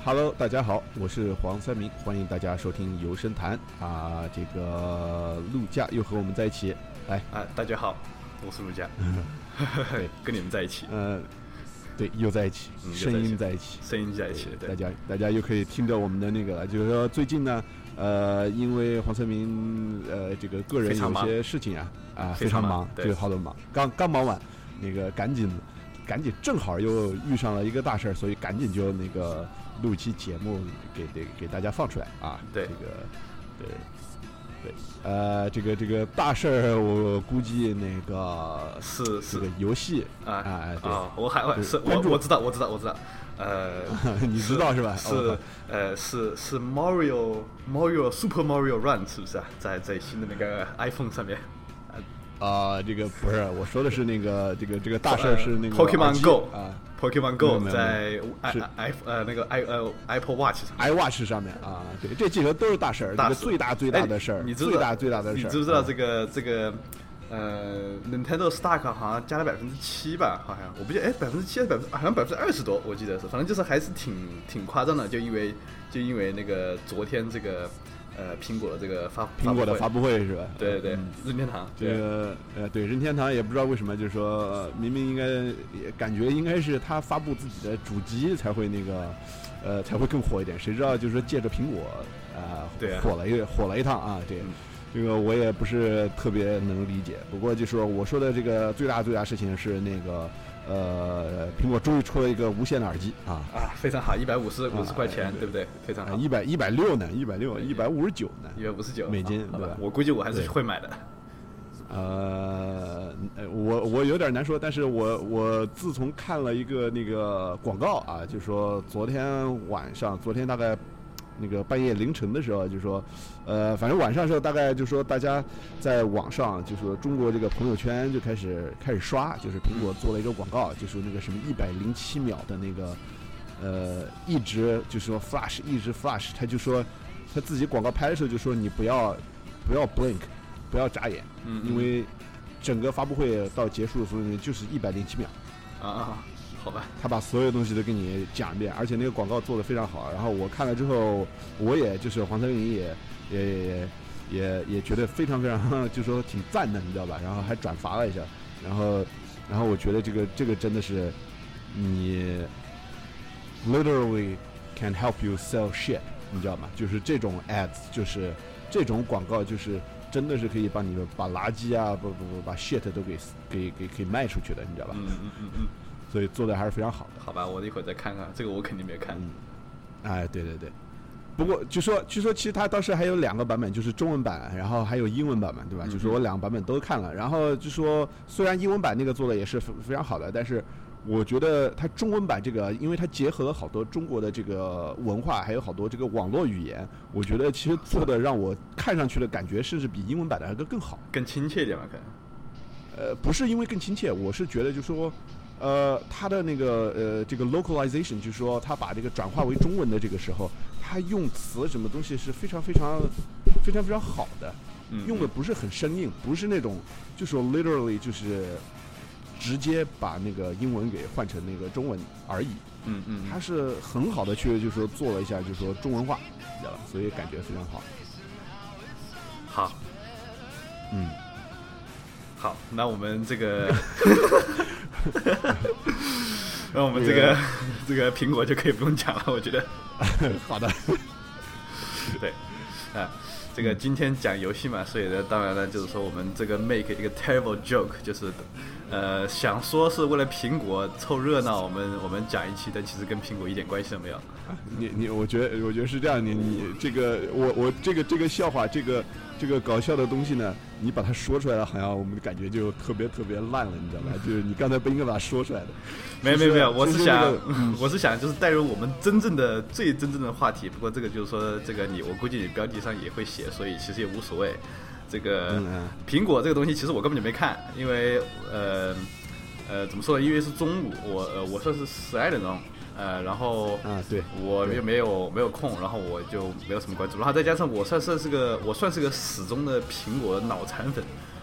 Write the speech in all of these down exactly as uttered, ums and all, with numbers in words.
Hello， 大家好，我是黄三明，欢迎大家收听游声谈啊。这个陆家又和我们在一起，来啊，大家好，我是陆家，对，跟你们在一起， 嗯，对，又在一起，嗯、声音在一起， 声音在一起， 对，大家大家又可以听着我们的那个了。就是说最近呢，呃，因为黄三明呃这个个人有些事情啊啊非常忙，这个好多忙，刚刚忙完，那个赶紧赶紧正好又遇上了一个大事儿，所以赶紧就那个。录一期节目给给给大家放出来啊！ 对， 这个，对，对，呃，这个这个大事儿，我估计那个是是这个游戏啊啊，对啊，我还是我我知道我知道我知道，呃， 你知道是吧？ 是呃是是 Mario Mario Super Mario Run 是不是啊？在在新的那个 iPhone 上面。 啊、呃，这个不是，我说的是那个这个这个大事是那个 Pokemon Go 啊 ，Pokemon Go 在 i i 呃那个 i 呃 Apple Watch 上 ，iWatch 上面啊，对，这几个都是大事儿，这个最大最大的事儿， 你知道最大最大的事儿， 你知不知道这个、嗯、这个呃 Nintendo Stock 好像加了百分之七吧？好像我不记得，哎，百分之七还是百分好像百分之二十多，我记得是，反正就是还是挺挺夸张的，就因为就因为那个昨天这个。呃，苹果的这个发苹果的发布会是吧？ 对对对，嗯、任天堂这个呃，对任天堂也不知道为什么，就是说、呃、明明应该也感觉应该是他发布自己的主机才会那个呃才会更火一点，谁知道就是说借着苹果啊、呃、 对啊火了一火了一趟啊，这个、嗯、这个我也不是特别能理解。不过就是说我说的这个最大最大事情是那个。呃，苹果终于出了一个无线的耳机啊啊，非常好，一百五十五十块钱、啊，对不对？非常好， 一百一百六呢，一百六，一百五十九呢， 一百五十九美金，对吧？ 我估计我还是会买的。 呃，我我有点难说，但是我我自从看了一个那个广告啊，就说昨天晚上，昨天大概。那个半夜凌晨的时候，就说，呃，反正晚上的时候，大概就说大家在网上，就说中国这个朋友圈就开始开始刷，就是苹果做了一个广告，就说那个什么一百零七秒的那个，呃，一直就说 flash， 一直 flash， 他就说他自己广告拍的时候就说你不要不要 blink， 不要眨眼， 嗯， 因为整个发布会到结束的时候就是一百零七秒， 啊啊。好吧， 他把所有东西都给你讲一遍，而且那个广告做得非常好。然后我看了之后，我也就是黄三明也也也也也觉得非常非常，就说挺赞的，你知道吧？然后还转发了一下，然后然后我觉得这个这个真的是你 literally can help you sell shit， 你知道吗？就是这种 ads， 就是这种广告，就是真的是可以帮你把垃圾啊，不不不，把 shit 都给给给给卖出去的，你知道吧？ 嗯嗯嗯嗯。 所以做的还是非常好的。 好吧，我一会儿再看看，这个我肯定没看。 嗯，哎，对对对。不过据说据说其实它当时还有两个版本，就是中文版，然后还有英文版嘛，对吧？嗯、就是我两个版本都看了，然后就说虽然英文版那个做的也是非常好的，但是我觉得它中文版这个，因为它结合了好多中国的这个文化，还有好多这个网络语言，我觉得其实做的让我看上去的感觉甚至比英文版的还更好， 更亲切一点嘛，可能。 呃，不是因为更亲切，我是觉得就是说。呃，它的那个呃，这个 localization 就是说，它把这个转化为中文的这个时候，它用词什么东西是非常非常非常非常好的， 嗯、 用的不是很生硬，不是那种就说 literally 就是直接把那个英文给换成那个中文而已， 嗯嗯， 它是很好的去就是说做了一下就是说中文化，知道吧？所以感觉非常好。 好， 嗯， 好，那我们这个。那我们这个这个苹果就可以不用讲了，我觉得。 好的。 对，啊，这个今天讲游戏嘛，所以呢，当然呢，就是说我们这个 make 一个 terrible joke， 就是，呃，想说是为了苹果凑热闹，我们我们讲一期，但其实跟苹果一点关系都没有。 你你，我觉得我觉得是这样，你你这个我我这个这个笑话，这个这个搞笑的东西呢，你把它说出来了，好像我们感觉就特别特别烂了，你知道吧？就是你刚才不应该把它说出来的。 没有没有没有，我是想、 那个嗯、 我是想就是带入我们真正的最真正的话题。不过这个就是说，这个你我估计你标题上也会写，所以其实也无所谓。这个、 嗯嗯、 苹果这个东西，其实我根本就没看，因为呃呃怎么说呢？因为是中午，我呃我说是十二点钟。呃，然后啊，对， 我又没有没有空，然后我就没有什么关注，然后再加上我算是是个我算是个始终的苹果脑残粉，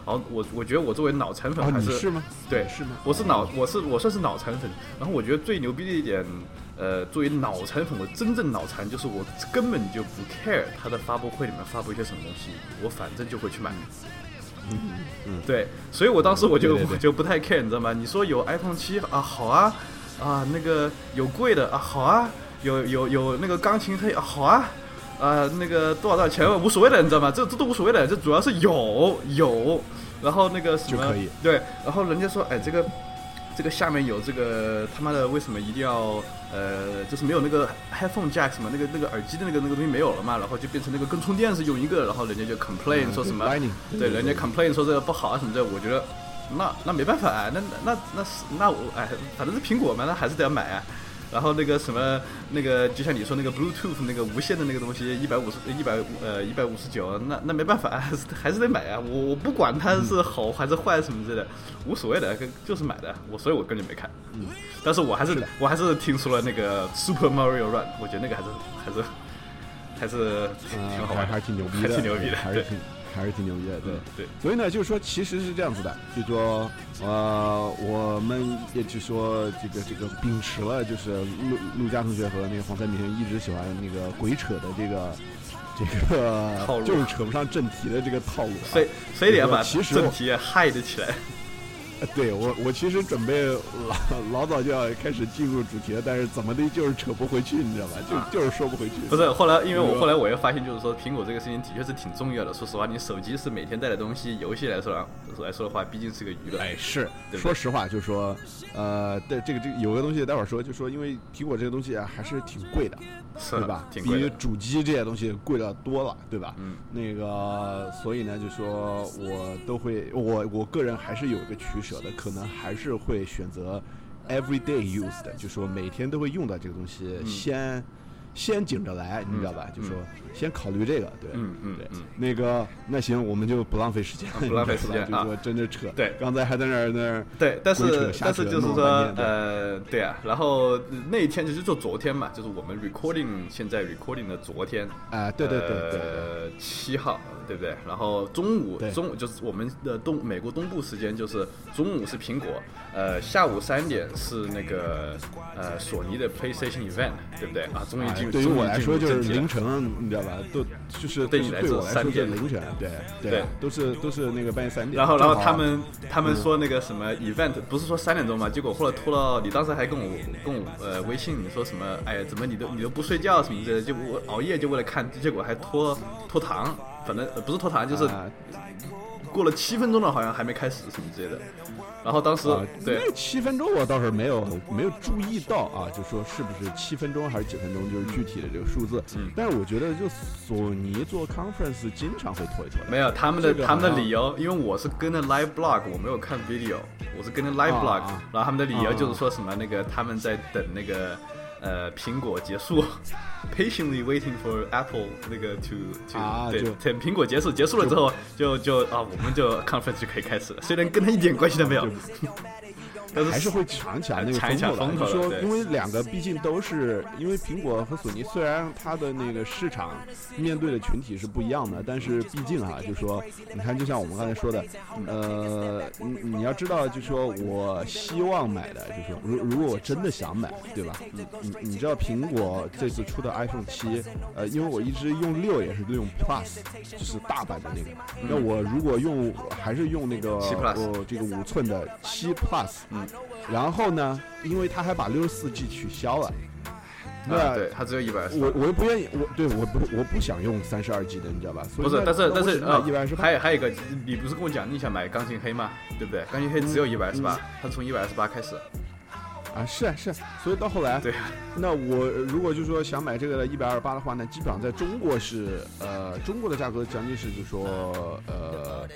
然后我我觉得我作为脑残粉还是、 哦、你是吗？ 对， 是吗？ 我是脑我是我算是脑残粉。然后我觉得最牛逼的一点，呃，作为脑残粉，我真正脑残就是我根本就不 care 他的发布会里面发布一些什么东西，我反正就会去买。 嗯嗯， 对，所以我当时我就对对对我就不太 care， 你知道吗？你说有 iPhone 七啊，好啊，啊那个有贵的啊，好啊，有有有那个钢琴黑啊，好啊，啊那个多少多少钱无所谓的，你知道吗？这这都无所谓的，这主要是有有，然后那个什么就可以对，然后人家说哎这个。这个下面有这个他妈的为什么一定要呃就是没有那个 headphone jack 嘛，那个那个耳机的那个那个东西没有了嘛，然后就变成那个跟充电是用一个，然后人家就 complain 说什么、 嗯、 对, 对人家 complain 说这个不好啊什么的，我觉得那那没办法啊，那那那是那我哎反正是苹果嘛，那还是得要买啊。然后那个什么那个就像你说那个 Bluetooth 那个无线的那个东西一百五十一百呃一百五十九，那那没办法，还是还是得买啊！我我不管它是好还是坏什么之类的，无所谓的，就是买的。我所以我根本没看，嗯，但是我还是, 是我还是听说了那个 Super Mario Run， 我觉得那个还是还是还是挺挺好玩， 还是挺牛逼的， 还挺牛逼的， 还是挺。还是挺牛逼的，对、嗯、 对。 所以呢，就是说，其实是这样子的，就是说，呃，我们也就说这个这个秉持了，就是陆陆家同学和那个黄三明一直喜欢那个鬼扯的这个这个套路， 就是扯不上正题的这个套路、啊， 非非得要把其实正题嗨得起来。 对我，我其实准备老老早就要开始进入主题了，但是怎么的就是扯不回去，你知道吧？就就是说不回去。 不是，后来因为我后来我又发现，就是说苹果这个事情的确是挺重要的。说实话，你手机是每天带的东西，游戏来说来说的话，毕竟是个娱乐。 哎，是， 对对说实话，就是说，呃，对这个这个有个东西，待会儿说，就说因为苹果这个东西啊，还是挺贵的， 是对吧？ 挺贵的， 比主机这些东西贵的多了，对吧？ 嗯。 那个，所以呢，就说我都会，我我个人还是有一个取舍的，可能还是会选择 everyday use 的，就说每天都会用到这个东西， 嗯、 先先紧着来，你知道吧？ 嗯、 就说先考虑这个，对， 嗯嗯对， 嗯， 那个那行，我们就不浪费时间， 啊、不浪费时间就说真的扯， 对， 刚才还在那儿那儿， 对，但是但是就是说， 呃， 对啊，然后那一天就是就昨天嘛，就是我们 recording 现在 recording 的昨天， 啊、呃，对对对对， 呃，七号。对不对？然后中午，中午就是我们的东美国东部时间，就是中午是苹果，呃，下午三点是那个呃索尼的 PlayStation Event， 对不对？啊，终于进入。 对于我来说就是凌晨，你知道吧？都就是对你来说三点凌晨，对对，都是都是那个半夜三点。 然后然后他们他们说那个什么 Event 不是说三点钟嘛？结果后来拖到你当时还跟我跟我呃微信你说什么？哎，怎么你都你都不睡觉什么之类的？就我熬夜就为了看，结果还拖拖堂。反正不是拖堂，就是过了七分钟了，好像还没开始什么之类的。然后当时、啊、对七分钟我倒是没有没有注意到啊，就说是不是七分钟还是几分钟，就是具体的这个数字。 嗯， 但是我觉得就索尼做 conference 经常会拖一拖。 没有他们的、这个、他们的理由，因为我是跟着 live blog， 我没有看 video， 我是跟着 live blog，、啊、然后他们的理由就是说什么那个他们在等那个。呃，苹果结束 ，patiently waiting for Apple 那个 to to、 啊、 对，等苹果结束，结束了之后就就啊，我们就 conference 就可以开始了，虽然跟他一点关系都没有。但是还是会抢起来那个风头的，就说因为两个毕竟都是，因为苹果和索尼虽然它的那个市场面对的群体是不一样的，但是毕竟啊，就说你看，就像我们刚才说的，呃，你你要知道，就说我希望买的，就说如如果我真的想买，对吧？你你你知道苹果这次出的 iPhone 七，呃，因为我一直用六也是用 Plus， 就是大版的那个，那、嗯、我如果用还是用那个七 Plus， 呃这个五寸的七 Plus， 嗯。 然后呢，因为他还把六十四 G 取消了， 那、啊、对，他只有一百二十。 我我又不愿意，我对我不我不想用三十二 G 的，你知道吧？所以不是，但是但是呃，一百二十八。 还有还有一个，你不是跟我讲你想买钢琴黑吗？对不对？钢琴黑只有一百二十八，它从一百二十八开始。 啊，是啊是啊，所以到后来， 对， 那我如果就是说想买这个一百二十八的话呢，基本上在中国是呃中国的价格将近是就是说呃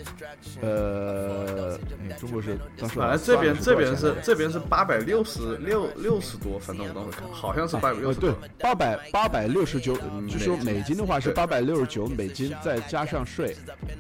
呃，哎，中国是当时反正这边这边是这边是八百六十六六十多，反正我当时看好像是八百六十， 对，八百八百六十九，就说美金的话是八百六十九美金，再加上税，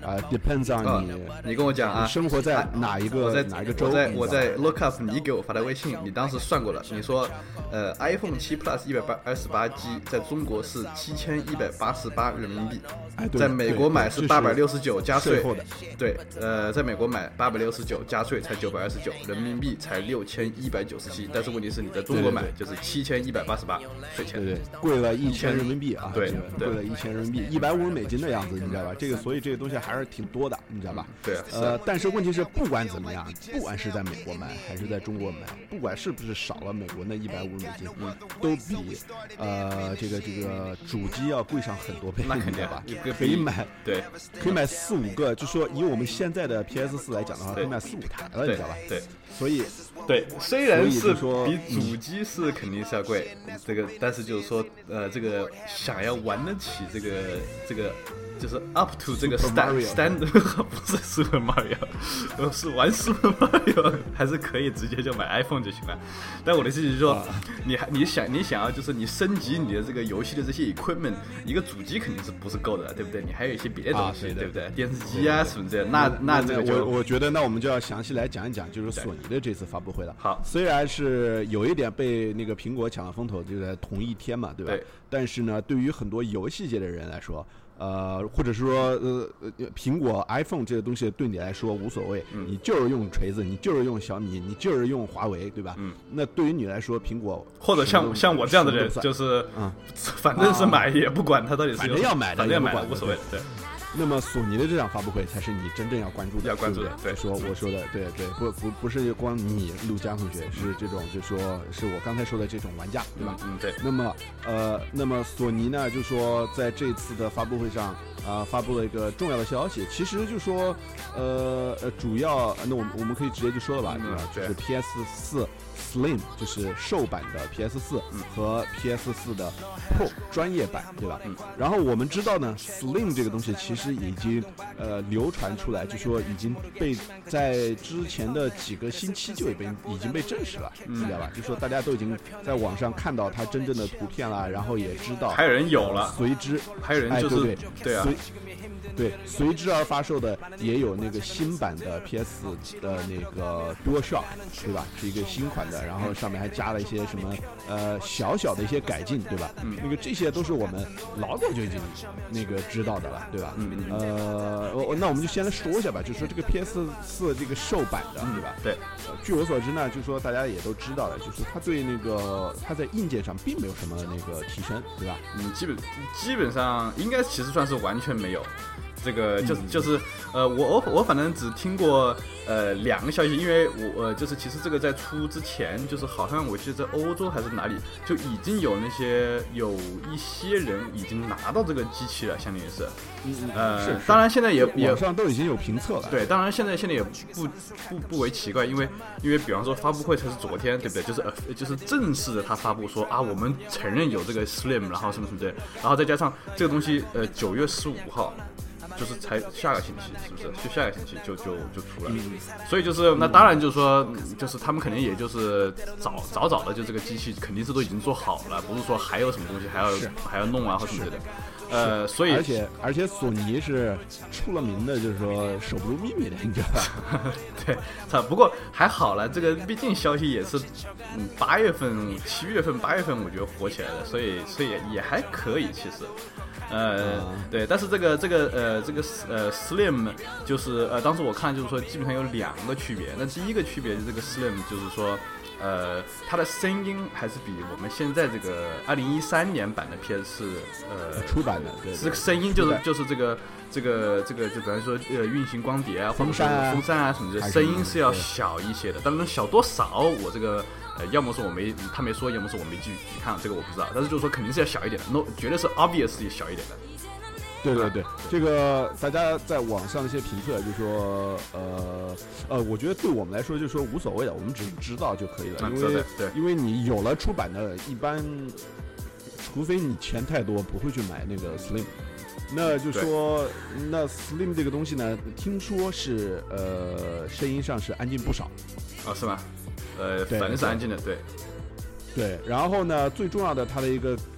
啊 ，depends on 你、 哦，你跟我讲啊， 生活在哪一个我在哪一个州？ 我在我在 look up 你给我发的微信，你当时算过了，你说呃 iPhone 七 Plus 一百二十八 G 在中国是七千一百八十八人民币， 哎，对， 在美国买是八百六十九加税，对，呃，在美国买八百六十九加税才九百二十九，人民币才六千一百九十七，但是问题是你在中国买就是七千一百八十八税前， 对对，贵了一千人民币啊， 对， 贵了一千人民币，一百五十美金的样子，你知道吧？这个所以这个东西还是挺多的，你知道吧？ 对， 呃，但是问题是，不管怎么样，不管是在美国买还是在中国买，不管是不是少了美国那一百五十美金，嗯，都比呃这个这个主机要贵上很多倍， 那肯定吧？可以买， 对， 可以买四五个，就说以我们现在的 P S 四来讲的话，可以买四五台了，你知道吧？ 对， 所以对，虽然是说比主机是肯定是要贵，这个，但是就是说，呃，这个想要玩得起这个这个。就是 up to 这个 stand stand 不是 Super Mario， 是玩 Super Mario 还是可以直接就买 iPhone 就行了。但我的意思是说，啊、你你想你想要就是你升级你的这个游戏的这些 equipment， 一个主机肯定是不是够的，对不对？你还有一些别的东西，啊、对, 对不对？电视机啊什么之类的，那那这个就我我觉得那我们就要详细来讲一讲，就是索尼的这次发布会了。 好， 虽然是有一点被那个苹果抢了风头，就在同一天嘛，对吧？ 对。 但是呢，对于很多游戏界的人来说，呃，或者是说，呃，苹果 iPhone 这个东西对你来说无所谓， 嗯、 你就是用锤子，你就是用小米，你就是用华为，对吧？ 嗯。 那对于你来说，苹果或者像像我这样的人，就是，嗯，反正是买也不管它到底是反正要买的， 反正要买的无所谓，对。 那么索尼的这场发布会才是你真正要关注的， 要关注的。 对，对说我说的，对对，不不不是光你陆江同学，是这种，就说是我刚才说的这种玩家，对吧？ 嗯，对。 那么呃，那么索尼呢，就说在这次的发布会上啊、呃，发布了一个重要的消息，其实就说呃呃，主要那我们我们可以直接就说了吧，对吧？就是 P S 四 Slim 就是瘦版的 P S 四和 P S 四的 Pro 专业版，对吧？ 嗯。 然后我们知道呢 ，Slim 这个东西其实已经呃流传出来，就说已经被在之前的几个星期就已经已经被证实了， 嗯、 知道吧？就说大家都已经在网上看到它真正的图片了，然后也知道还有人有了， 随之还有人就是、 哎、对对对啊。 对，随之而发售的也有那个新版的 P S 的那个 DualShock， 对吧？是一个新款的，然后上面还加了一些什么呃小小的一些改进，对吧？ 嗯， 那个这些都是我们老早就已经那个知道的了，对吧？ 嗯嗯呃，我那我们就先来说一下吧，就是说这个 P S 四这个瘦版的，对吧？ 对。 呃，据我所知呢，就是说大家也都知道了，就是它对那个它在硬件上并没有什么那个提升，对吧？ 嗯，基本基本上应该其实算是完全没有。这个就是就是呃，我我我反正只听过呃两个消息，因为我呃就是其实这个在出之前，就是好像我记得在欧洲还是哪里就已经有那些有一些人已经拿到这个机器了，相当于是， 嗯呃， 是当然现在也也网上都已经有评测了， 对，当然现在现在也不不不为奇怪，因为因为比方说发布会才是昨天，对不对？就是呃就是正式的他发布说啊，我们承认有这个 Slim， 然后什么什么的，然后再加上这个东西呃九月十五号。就是才下个星期，是不是？就下个星期就就就出来了， 嗯、 所以就是那当然就是说，就是他们肯定也就是早早早的就这个机器肯定是都已经做好了，不是说还有什么东西还要还要弄啊或什么之类的。呃，所以而且而且索尼是出了名的，就是说守不住秘密的，你知道吧？ 对，差不过还好了，这个毕竟消息也是嗯八月份、七月份、八月份我觉得火起来的，所以所以也也还可以，其实。呃，对，但是这个这个呃这个呃 Slim 就是呃当时我看就是说基本上有两个区别。那第一个区别这个 Slim 就是说，呃它的声音还是比我们现在这个二零一三年版的 P S 四呃出版的，对， 这个声音就是就是这个这个这个就比方说呃运行光碟啊，或者是风扇啊什么的，声音是要小一些的。当然小多少我这个。呃，要么是我没他没说，要么是我没继续去看，这个我不知道。但是就是说肯定是要小一点的 ，no 绝对是 obviously 小一点的。 对对对，这个大家在网上的一些评测，就说呃呃，我觉得对我们来说就是说无所谓的，我们只知道就可以了，因为对， 因为你有了出版的，一般除非你钱太多，不会去买那个 Slim。那就说，那 Slim 这个东西呢，听说是呃声音上是安静不少。 哦，是吗？呃，反正是安静的，对。 对，然后呢，最重要的它的一个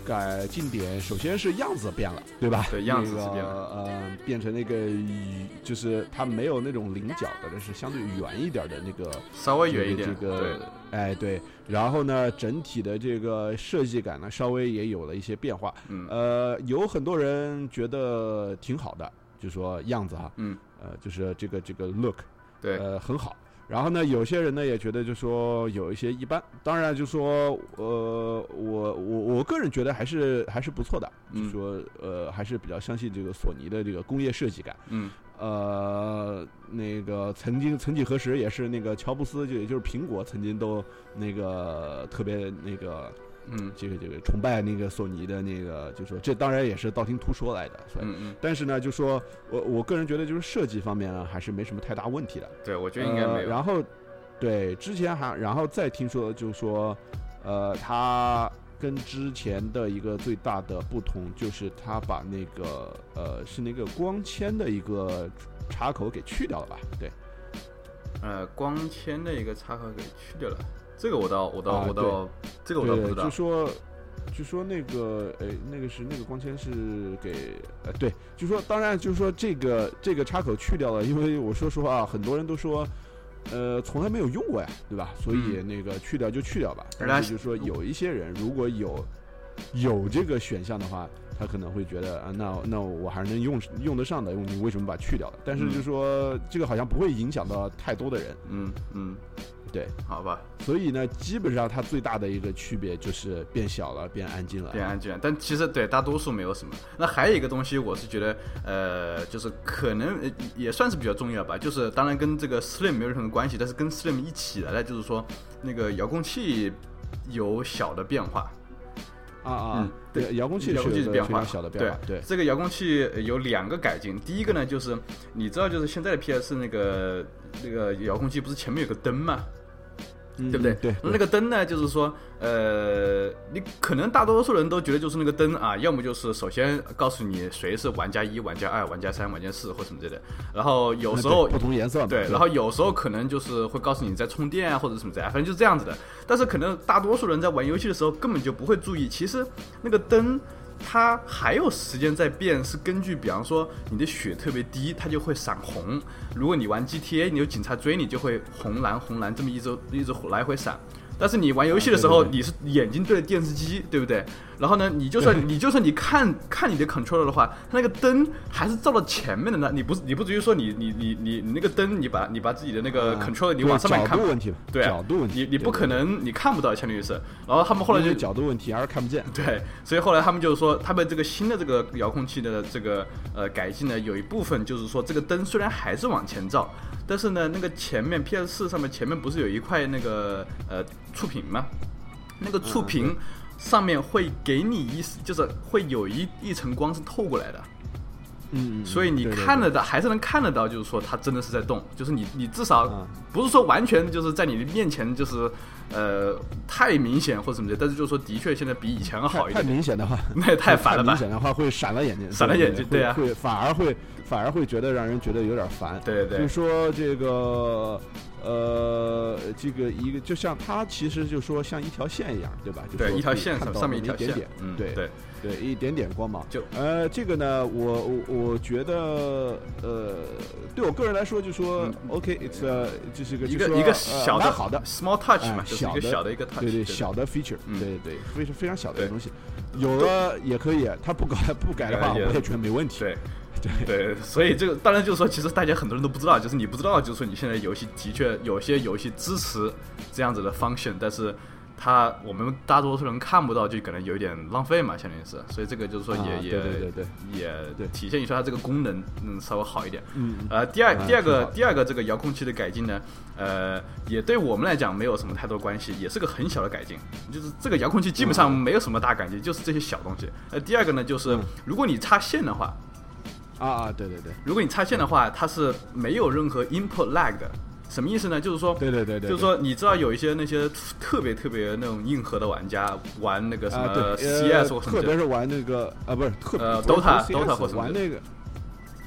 改进点，首先是样子变了，对吧？ 对，样子是变了， 那个、呃，变成那个就是它没有那种菱角的，但是相对圆一点的那个， 稍微圆一点， 这个，对，哎对，然后呢，整体的这个设计感呢，稍微也有了一些变化， 嗯， 呃，有很多人觉得挺好的，就说样子哈， 嗯， 呃，就是这个这个 look， 对， 呃，很好。然后呢，有些人呢也觉得就说有一些一般，当然就说呃，我我我个人觉得还是还是不错的， 嗯、 就说呃还是比较相信这个索尼的这个工业设计感。 嗯， 呃，那个曾经曾几何时也是那个乔布斯就也就是苹果曾经都那个特别那个。 嗯， 这个这个崇拜那个索尼的那个，就说这当然也是道听途说来的，所以， 嗯嗯， 但是呢，就说我我个人觉得就是设计方面呢，还是没什么太大问题的。 对，我觉得应该没有。 呃、然后，对，之前还然后再听说，就是说，呃，它跟之前的一个最大的不同，就是它把那个呃是那个光纤的一个插口给去掉了吧？对。 呃，光纤的一个插口给去掉了。这个我倒我倒、啊、我倒这个我倒不知道。 就说就说那个哎，那个是那个光纤是给呃对，就说当然就是说这个这个插口去掉了，因为我说实话，很多人都说呃从来没有用过呀，对吧？所以那个去掉就去掉吧。 嗯、 但是就是说有一些人如果有有这个选项的话，他可能会觉得啊，那那我还是能用用得上的，你为什么把它去掉了？但是就说、嗯、这个好像不会影响到太多的人。 嗯嗯。 对， 好吧。 所以呢，基本上它最大的一个区别就是变小了，变安静了， 变安静了。但其实对大多数没有什么。那还有一个东西，我是觉得，呃，就是可能也算是比较重要吧。就是当然跟这个 Slim 没有任何关系，但是跟 Slim 一起来的，就是说那个遥控器有小的变化。 啊啊，嗯、对，遥控器遥控器是变化， 小的变化。对， 对这个遥控器有两个改进。第一个呢，就是你知道，就是现在的 P S 那个那个遥控器不是前面有个灯吗？对不对？ 对， 那个灯呢，就是说，呃，你可能大多数人都觉得就是那个灯啊，要么就是首先告诉你谁是玩家一、玩家二、玩家三、玩家四或什么之类的，然后有时候不同颜色， 对，然后有时候可能就是会告诉你在充电啊或者什么之类的，反正就是这样子的。但是可能大多数人在玩游戏的时候根本就不会注意，其实那个灯。它还有时间在变，是根据比方说你的血特别低，它就会闪红。如果你玩 G T A， 你有警察追你，就会红蓝红蓝这么一直一直来回闪。但是你玩游戏的时候， 啊、对对对你是眼睛对着电视机，对不对？然后呢，你就算你就算你看看你的 controller 的话，它那个灯还是照到前面的呢。你不你不至于说你你你你你那个灯，你把你把自己的那个 controller、啊、你往上面看， 角度问题， 对、啊， 角度问题， 你你不可能你看不到，相当于是。然后他们后来就角度问题，而是看不见。 对，所以后来他们就是说，他们这个新的这个遥控器的这个呃改进呢，有一部分就是说，这个灯虽然还是往前照，但是呢，那个前面 P S 四 上面前面不是有一块那个呃触屏吗？那个触屏上面会给你一，就是会有一一层光是透过来的， 嗯， 所以你看得到，还是能看得到，就是说它真的是在动，就是你你至少不是说完全就是在你的面前就是呃太明显或者什么的，但是就是说的确现在比以前好一点。 太明显的话， 那也太烦了吧？ 太明显的话会闪了眼睛， 闪了眼睛，对啊， 会反而会反而会觉得让人觉得有点烦。 对对对， 就是说这个。呃，这个一个就像它其实就说像一条线一样，对吧？ 对，一条线上上面一条点点， 嗯， 对对对，一点点光芒。 就呃，这个呢，我我我觉得，呃，对我个人来说，就说、嗯、，OK，it's、uh, 这是个一个一个小的、 呃、好的 small touch 嘛， 呃、 就是一个小的一个 touch， 对对， 对小的 feature，、嗯、对对，非常非常小的东西，有了也可以，它不改不改的话，我也觉得没问题。 对。 对对，所以这个当然就是说，其实大家很多人都不知道，就是你不知道，就是说你现在游戏的确有些游戏支持这样子的 function， 但是它我们大多数人看不到，就可能有一点浪费嘛，相当于是，所以这个就是说也、 啊、 也对对对对也体现一出它这个功能嗯稍微好一点。 嗯呃，第二、 啊、 第二个第二个这个遥控器的改进呢，呃，也对我们来讲没有什么太多关系，也是个很小的改进，就是这个遥控器基本上没有什么大改进，就是这些小东西。呃，第二个呢，就是如果你插线的话。 啊啊，对对对！ 如果你插线的话，它是没有任何 input lag 的。什么意思呢？就是说， 对对对 对, 对， 就是说，你知道有一些那些特别特别那种硬核的玩家玩那个什么 C S 或什么， 特别是玩那个啊，不是特呃 Dota Dota 或什么玩那个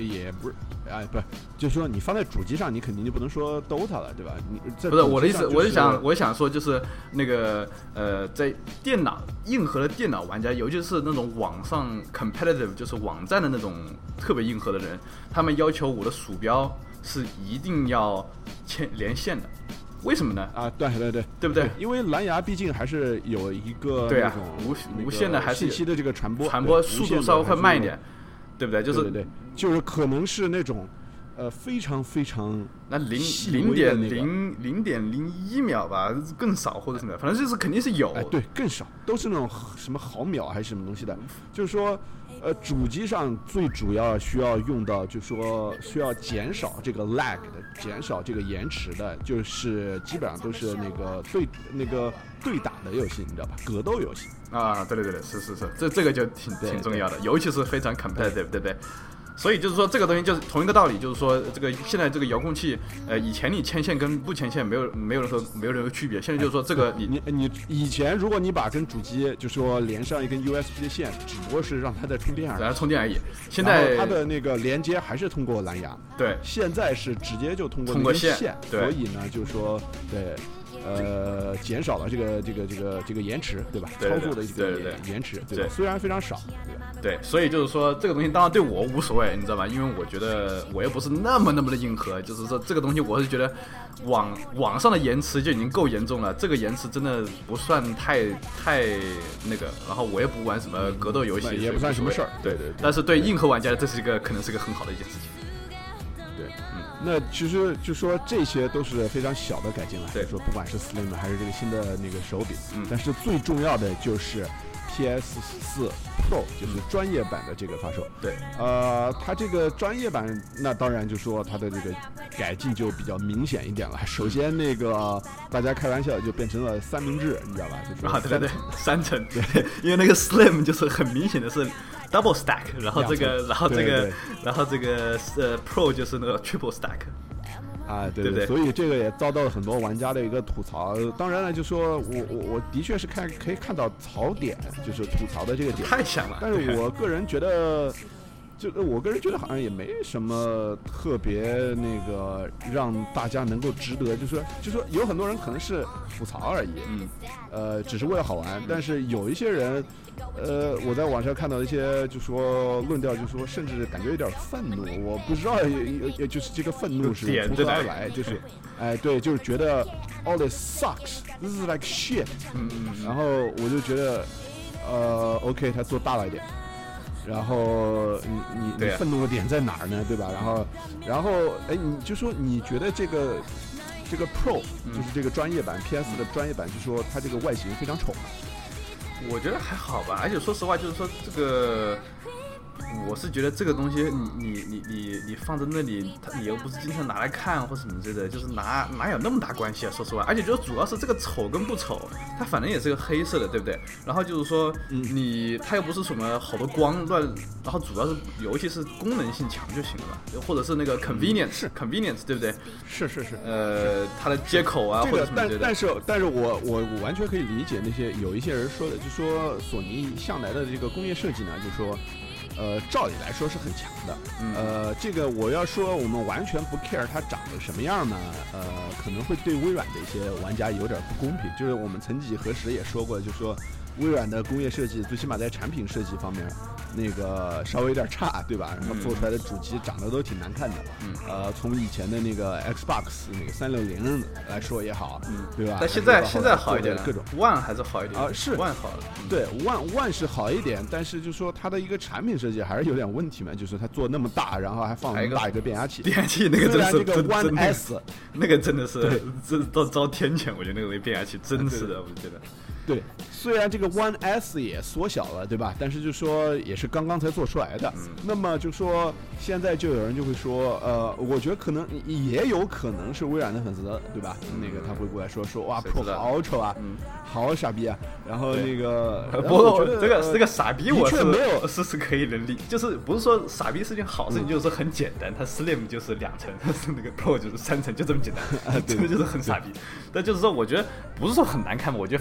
也不是，哎，不是，就是说你放在主机上，你肯定就不能说 Dota 了，对吧？你不是我的意思，我是想，我想说就是那个呃，在电脑硬核的电脑玩家，尤其是那种网上 competitive， 就是网站的那种特别硬核的人，他们要求我的鼠标是一定要牵连线的。为什么呢？ 啊，对对对， 对不对？ 因为蓝牙毕竟还是有一个对啊， 无无线的还是信息的这个传播， 传播速度稍微会慢一点，对不对？就是对对对，就是可能是那种呃非常非常那零零点零零点零一秒吧，更少或者什么，反正就是肯定是有， 哎，对，更少，都是那种什么毫秒还是什么东西的，就是说。呃，主机上最主要需要用到，就是说需要减少这个 lag 的，减少这个延迟的，就是基本上都是那个对那个对打的游戏，你知道吧？格斗游戏啊，对对对对，是是是，这这个就挺挺重要的，尤其是非常 competitive， 对不对？所以就是说，这个东西就是同一个道理，就是说，这个现在这个遥控器，呃，以前你牵线跟不牵线没有没有任何没有任何区别，现在就是说，这个你你你以前如果你把跟主机就说连上一根 U S B 的线，只不过是让它在充电而已， 让它充电而已。现在它的那个连接还是通过蓝牙， 对， 现在是直接就通过通过线， 线所以呢，就是说，对。呃，减少了这个这个这个这个延迟，对吧？ 对对对操作的这个延迟，对吧？虽然非常少，对吧？ 对，所以就是说，这个东西当然对我无所谓，你知道吧？因为我觉得我又不是那么那么的硬核，就是说这个东西我是觉得网网上的延迟就已经够严重了，这个延迟真的不算太太那个。然后我也不玩什么格斗游戏， 也不算什么事儿，对对。 但是对硬核玩家，这是一个可能是一个很好的一件事情。 对，嗯，那其实就说这些都是非常小的改进了， 对， 说不管是 Slim 还是这个新的那个手柄， 嗯， 但是最重要的就是 P S 四 Pro 就是专业版的这个发售， 对， 呃，它这个专业版，那当然就说它的这个改进就比较明显一点了。首先那个大家开玩笑就变成了三明治，你知道吧？就是啊，对对对，三层，对，因为那个 Slim 就是很明显的是。Double stack， 然后这个，然后这个， 对对然后这个呃 Pro 就是那个 Triple stack， 啊，对对, 对, 对， 所以这个也遭到了很多玩家的一个吐槽。当然了，就说我我我的确是看可以看到槽点，就是吐槽的这个点太强了。 但是我个人觉得，就我个人觉得好像也没什么特别那个让大家能够值得，就是说，就是说有很多人可能是吐槽而已， 嗯， 呃，只是为了好玩，但是有一些人。呃，我在网上看到一些就说论调，就说甚至感觉有点愤怒，我不知道，也就是这个愤怒是从何而来，就是，哎，对，就是觉得 all this sucks，this is like shit， 嗯嗯， 然后我就觉得，呃 ，OK， 他做大了一点，然后你你你愤怒的点在哪儿呢？对吧？然后然后哎，你就说你觉得这个这个 Pro 就是这个专业版 P S 的专业版，就说它这个外形非常丑嘛？ 我觉得还好吧，而且说实话，就是说这个，我是觉得这个东西你，你你你你你放在那里，它你又不是经常拿来看或什么之类的，就是哪哪有那么大关系啊？说实话，而且就主要是这个丑跟不丑，它反正也是个黑色的，对不对？然后就是说，你它又不是什么好多光乱，然后主要是尤其是功能性强就行了吧，或者是那个 convenience 是 convenience 对不对？ 是是是， 呃，它的接口啊， 这个或者什么之类的。 但但是但是我我我完全可以理解那些有一些人说的，就说索尼向来的这个工业设计呢，就说。呃，照理来说是很强的。 嗯、 呃，这个我要说我们完全不 care 它长得什么样呢？呃，可能会对微软的一些玩家有点不公平。就是我们曾几何时也说过，就说微软的工业设计，最起码在产品设计方面，那个稍微有点差，对吧？然后做出来的主机长得都挺难看的。 嗯。 呃，从以前的那个 Xbox 那个三六零来说也好， 嗯， 对吧？ 但现在现在好一点了， 各种 One 还是好一点啊，是 One 好了。 嗯、对 One One 是好一点，但是就说它的一个产品设计还是有点问题嘛，就是它做那么大，然后还放那么大一个变压器。 变压器那个真的是这个 One S 那个真的是这遭遭天谴，我觉得那个变压器真是的，我觉得。 对，虽然这个 One S 也缩小了，对吧？但是就说也是刚刚才做出来的。 嗯、 那么就说现在就有人就会说，呃，我觉得可能也有可能是微软的粉丝，对吧？嗯、那个他会过来说说哇 ，Pro 好丑啊， 嗯、 好傻逼啊。然后那个， 不过这个这个傻逼我是没有是是可以能理，就是不是说傻逼是件好事情，嗯、就是很简单，它 Slim 就是两层，它是那个 Pro 就是三层，就这么简单， 啊、 真的就是很傻逼。但就是说，我觉得不是说很难看嘛，我觉得放在家里。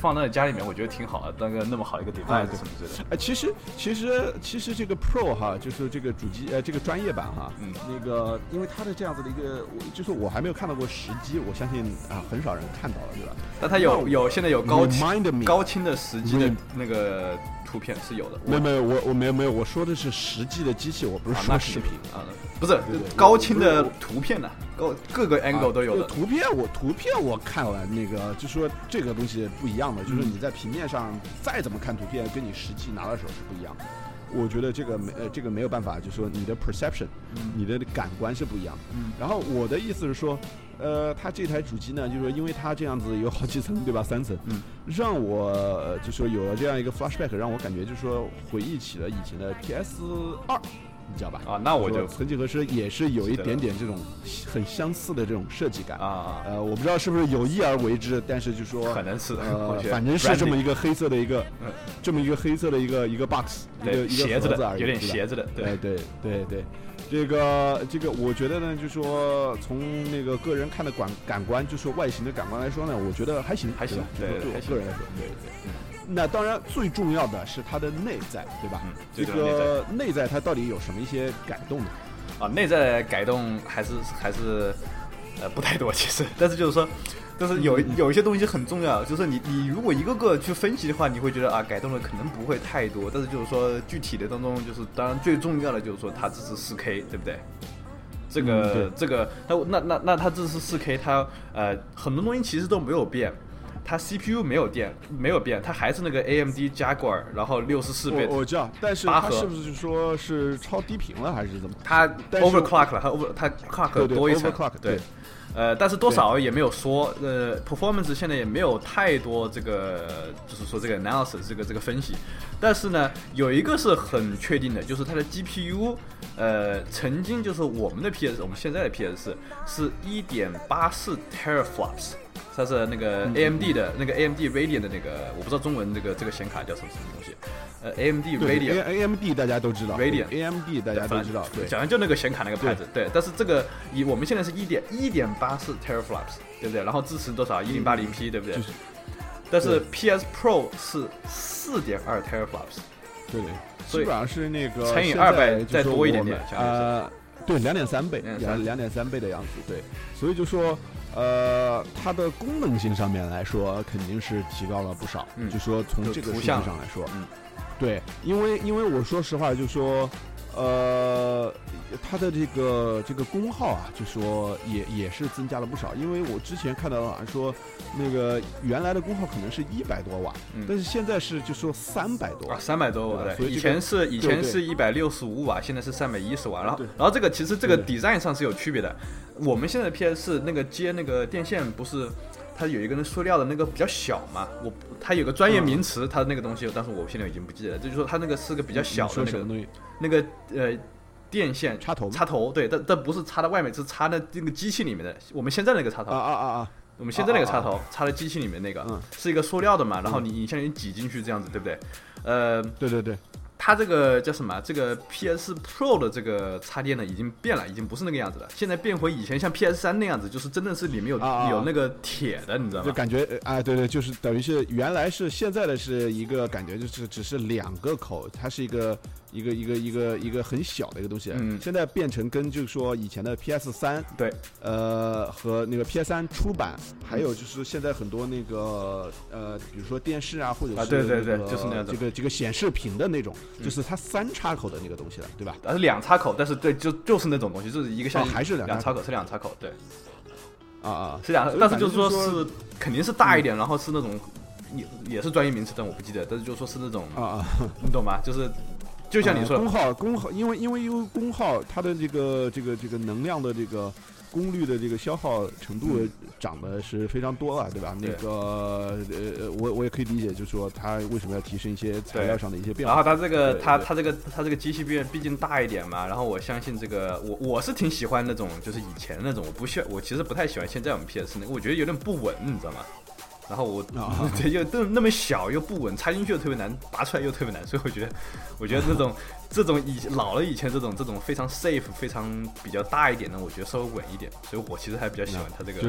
里面，我觉得挺好的，那个那么好一个 device 什么之类的。 哎，其实其实其实这个 Pro 哈，就是这个主机呃这个专业版哈， 嗯， 那个因为它的这样子的一个，我就是我还没有看到过实机，我相信啊很少人看到了，对吧？ 但它有有现在有高清高清的实际的 Rem- 那个图片是有的。 没有没有，我我没有没有，我说的是实际的机器，我不是说视频啊，不是对对高清的图片呢，高各个 angle 都有的。 啊、图片我图片我看了，那个就说这个东西不一样的，就是你在平面上再怎么看图片，跟你实际拿到手是不一样的。我觉得这个没呃这个没有办法，就是说你的 perception，、嗯、你的感官是不一样的。 嗯、 然后我的意思是说，呃，它这台主机呢，就是说因为它这样子有好几层，对吧？三层， 嗯， 让我、呃、就说有了这样一个 flashback， 让我感觉就是说回忆起了以前的 P S 二。你知道吧？ 啊，那我就曾几何时也是有一点点这种很相似的这种设计感啊。 呃，我不知道是不是有意而为之，但是就说可能是， 呃，反正是这么一个黑色的一个，嗯、这么一个黑色的一个一个 box， 一个一个盒子而已， 有点斜着的， 对对对对。这个这个，我觉得呢，就说从那个个人看的感感官，就说外形的感官来说呢，我觉得还行， 还行，对对， 对我个人来说，对对。嗯那当然，最重要的是它的内在，对吧？ 嗯， 这个内在它到底有什么一些改动呢？ 啊，内在改动还是还是呃不太多，其实，但是就是说，但是有有一些东西很重要，就是你你如果一个个去分析的话，你会觉得啊改动的可能不会太多，但是就是说具体的当中，就是当然最重要的就是说它支持 四 K， 对不对？这个、嗯、这个那那那那它支持 四 K， 它呃很多东西其实都没有变。它 C P U 没有变，没有变，它还是那个 A M D Jaguar， 然后六十四 bit。 我知道，但是它是不是说是超低频了，还是怎么？ 它 overclock 了，它 over 它 clock 多一层。 对， 对，呃，但是多少也没有说，呃 ，performance 现在也没有太多这个，就是说这个 analysis 这个这个分析。但是呢，有一个是很确定的，就是它的 G P U， 呃，曾经就是我们的 P S， 我们现在的 P S 是 一点八四 teraflops。它是那个 A M D 的、嗯、那个 A M D Radeon 的那个，我不知道中文这个这个显卡叫什么什么东西。呃 ，A M D Radeon A M D 大家都知道 ，Radeon A M D 大家都知道，对， 讲的就那个显卡那个牌子，对。对但是这个以我们现在是一点一点八四 teraflops， 对不对？然后支持多少一零八零 P， 对不对？就是、但是 P S Pro 是四点二 teraflops， 对对，基本上是那个乘以二百再多一点点， 呃，对，两点三倍，两两点三倍的样子，对。所以就说。呃，它的功能性上面来说，肯定是提高了不少。嗯，就说从这个数据上来说， 嗯， 对，因为因为我说实话，就说，呃，它的这个这个功耗啊，就说也也是增加了不少。因为我之前看到好像说，那个原来的功耗可能是一百多瓦，嗯、但是现在是就说三百多瓦， 三百多瓦。 对，所以、 这个、以前是以前是一百六十五瓦，现在是三百一十瓦。然后然后这个其实这个 design 上是有区别的。我们现在的 P S 那个接那个电线不是，它有一个那塑料的那个比较小嘛，我它有个专业名词，它那个东西，但是我现在已经不记得了。就是说它那个是个比较小的那个东西， 那个呃电线插头， 插头对，但但不是插到外面，是插在那个机器里面的。我们现在那个插头啊啊啊啊， 我们现在那个插头插在机器里面那个， 嗯、 是一个塑料的嘛，然后你你像你挤进去这样子，对不对？呃， 对对对。 它这个叫什么？这个 P S Pro 的这个插电呢，已经变了，已经不是那个样子了。现在变回以前像 P S 三那样子，就是真的是里面有、啊、有那个铁的，你知道吗？ 就感觉啊，对对，就是等于是原来是现在的是一个感觉，就是只是两个口，它是一个一个一个一个一个很小的一个东西。嗯，现在变成跟就是说以前的 P S 三对， 呃和那个 P S 三出版，还有就是现在很多那个呃，比如说电视啊，或者是、 啊、对对对，就是那样这个这个显示屏的那种。就是它三插口的那个东西了，对吧？ 它是两插口，但是对，就就是那种东西，就是一个像、 哦、还是两两插口，是两插口，对， 啊啊， 是两，但是就是说是肯定是大一点，嗯、然后是那种也也是专业名词，但我不记得，但是就是说是那种啊啊， 你懂吗？就是就像你说的、 啊、功耗功耗，因为因为因为功耗它的这个这个这个能量的这个。功率的这个消耗程度涨的是非常多了，对吧？那个呃，我我也可以理解，就是说它为什么要提升一些材料上的一些变化。 然后它这个它它这个它这个机器毕毕竟大一点嘛，然后我相信这个我我是挺喜欢那种就是以前那种，我不喜我其实不太喜欢现在我们 P S 那个，我觉得有点不稳，你知道吗？然后我对又都那么小又不稳，插进去又特别难，拔出来又特别难，所以我觉得，我觉得这种这种以老了以前这种这种非常 safe 非常比较大一点的，我觉得稍微稳一点，所以我其实还比较喜欢它这个。 就是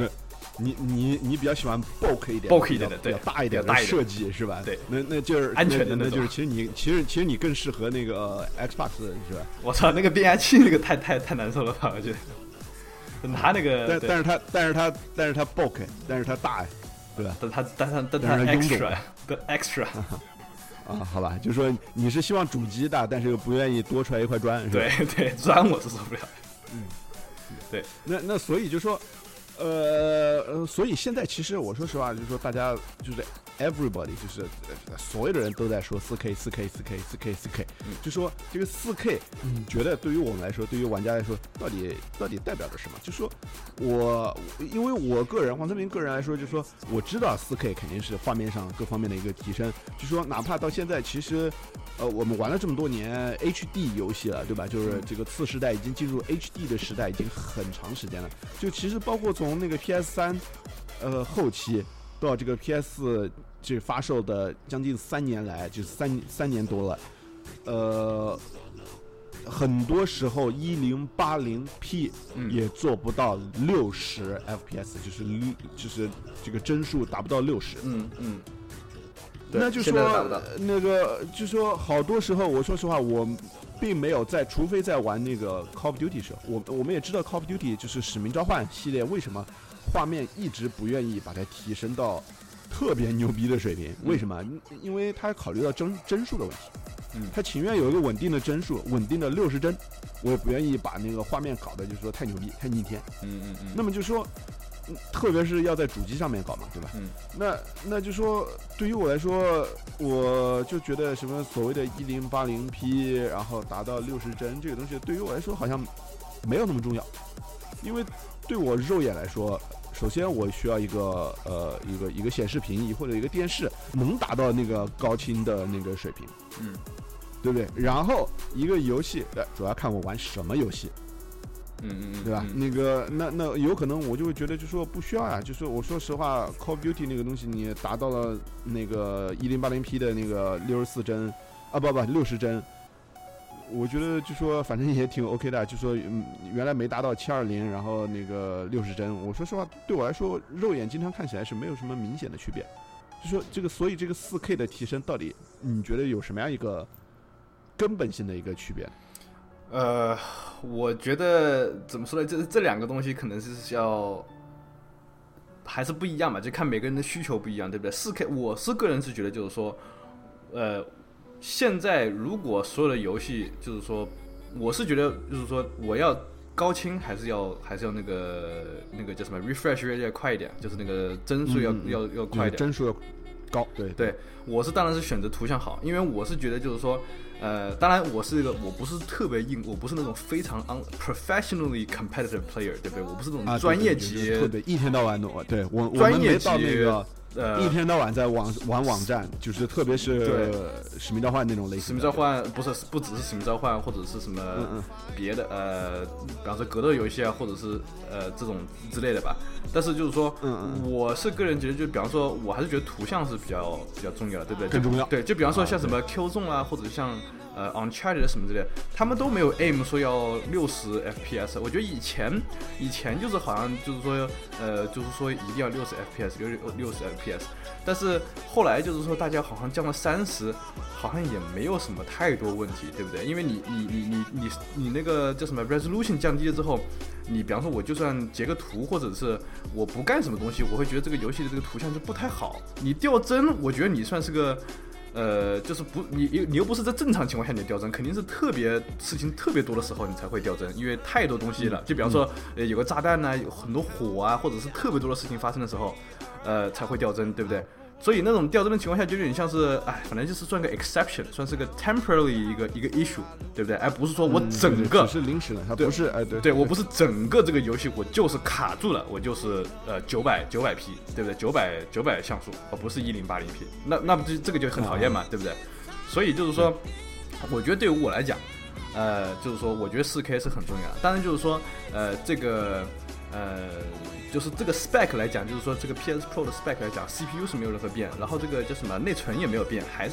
你你你比较喜欢 bulk 一点 bulk 一点的，对， 比较大一点的设计是吧？ 对， 那那就是安全的那那就是其实你其实其实你更适合那个 Xbox 是吧？ 我操，那个变压器那个太太太难受了吧？我觉得。他那个， 但但是他但是他但是他 bulk， 但是他大，对吧？ 但他但他但他 extra 的 extra 啊，好吧，就是说你是希望主机大，但是又不愿意多出来一块砖，是吧？ 对对，砖我是受不了。 嗯， 对， 那那所以就说，呃呃，所以现在其实我说实话，就是说大家就是 everybody 就是所有的人都在说 四 K 四 K 四 K 四 K 四 K， 就说这个 四 K， 你觉得对于我们来说，对于玩家来说，到底到底代表着什么？就说我因为我个人黄泽明个人来说，就说我知道 四 K 肯定是画面上各方面的一个提升，就说哪怕到现在，其实呃我们玩了这么多年 H D 游戏了，对吧？就是这个次时代已经进入 H D 的时代，已经很长时间了。就其实包括从那个 P S 三，呃后期到这个 P S 四。这发售的将近三年来，就是三三年多了，呃，很多时候一零八零 P 也做不到六十 F P S， 就是就是这个帧数达不到六十。 嗯嗯。 那就说那个，就说好多时候，我说实话，我并没有在，除非在玩那个 Call of Duty 时候，我我们也知道 Call of Duty 就是使命召唤系列为什么画面一直不愿意把它提升到特别牛逼的水平，为什么？因为他考虑到帧帧数的问题， 嗯， 他情愿有一个稳定的帧数，稳定的六十帧，我也不愿意把那个画面搞得就是说太牛逼、太逆天， 嗯嗯嗯。 那么就说，特别是要在主机上面搞嘛，对吧？ 嗯。 那那就说，对于我来说，我就觉得什么所谓的一零八零 P， 然后达到六十帧这个东西，对于我来说好像没有那么重要，因为对我肉眼来说。首先，我需要一个呃一个一个显示屏或者一个电视能达到那个高清的那个水平， 嗯， 对不对？然后一个游戏，呃，主要看我玩什么游戏， 嗯嗯， 对吧？ 嗯、 那个那那有可能我就会觉得，就说不需要呀、啊。就是我说实话 ，Call of Duty 那个东西，你达到了那个一零八零 P 的那个六十四帧啊，不不六十帧。我觉得就说反正也挺 OK 的，就说嗯原来没达到七二零，然后那个六十帧，我说实话对我来说肉眼经常看起来是没有什么明显的区别，就说这个所以这个 四 K 的提升到底你觉得有什么样一个根本性的一个区别？ 呃，我觉得怎么说呢，这这两个东西可能是要还是不一样吧，就看每个人的需求不一样，对不对？ 四 K 我是个人是觉得就是说呃现在如果所有的游戏，就是说，我是觉得，就是说，我要高清还是要还是要那个那个叫什么 refresh rate 要快一点，就是那个帧数要、嗯、要要快一点， 帧数要高。对对，我是当然是选择图像好，因为我是觉得就是说，呃，当然我是一个我不是特别硬，我不是那种非常 professionally competitive player， 对不对？我不是那种专业级， 啊、对, 对, 对，一天到晚弄，对我专业级我们没到那个。 呃， 一天到晚在网玩网站，就是特别是使命召唤那种类型。 使命召唤不是不只是使命召唤，或者是什么别的、嗯嗯、呃，比方说格斗游戏啊，或者是呃这种之类的吧。但是就是说， 嗯嗯， 我是个人觉得，就比方说，我还是觉得图像是比较比较重要的，对不对？ 更重要。 对，就比方说像什么 Q Zone 啊，或者像呃 Uncharted 什么之类的，他们都没有 aim 说要六十 F P S。我觉得以前以前就是好像就是说呃就是说一定要六十 F P S， 六六十 F P S。但是后来就是说，大家好像降了三十，好像也没有什么太多问题，对不对？因为你你你你你你那个叫什么 resolution 降低了之后，你比方说我就算截个图，或者是我不干什么东西，我会觉得这个游戏的这个图像就不太好。你掉帧，我觉得你算是个。呃，就是不，你你又不是在正常情况下你掉帧，肯定是特别事情特别多的时候你才会掉帧，因为太多东西了。就比方说，呃，有个炸弹啊，有很多火啊，或者是特别多的事情发生的时候，呃，才会掉帧，对不对？所以那种掉帧的情况下，就有点像是，哎，反正就是算个 exception， 算是个 temporary 一个一个 issue， 对不对？而不是说我整个、 嗯、只是临时的，它不是，哎，对， 对我不是整个这个游戏我就是卡住了，我就是呃九百九百 P， 对不对？九百九百像素，而不是一零八零 P， 那那不就这个就很讨厌嘛，啊、对不对？所以就是说，我觉得对于我来讲，呃，就是说，我觉得 四 K 是很重要的。当然就是说，呃，这个呃。就是这个 spec 来讲，就是说这个 P S Pro 的 spec 来讲 ，C P U 是没有任何变，然后这个叫什么内存也没有变，还是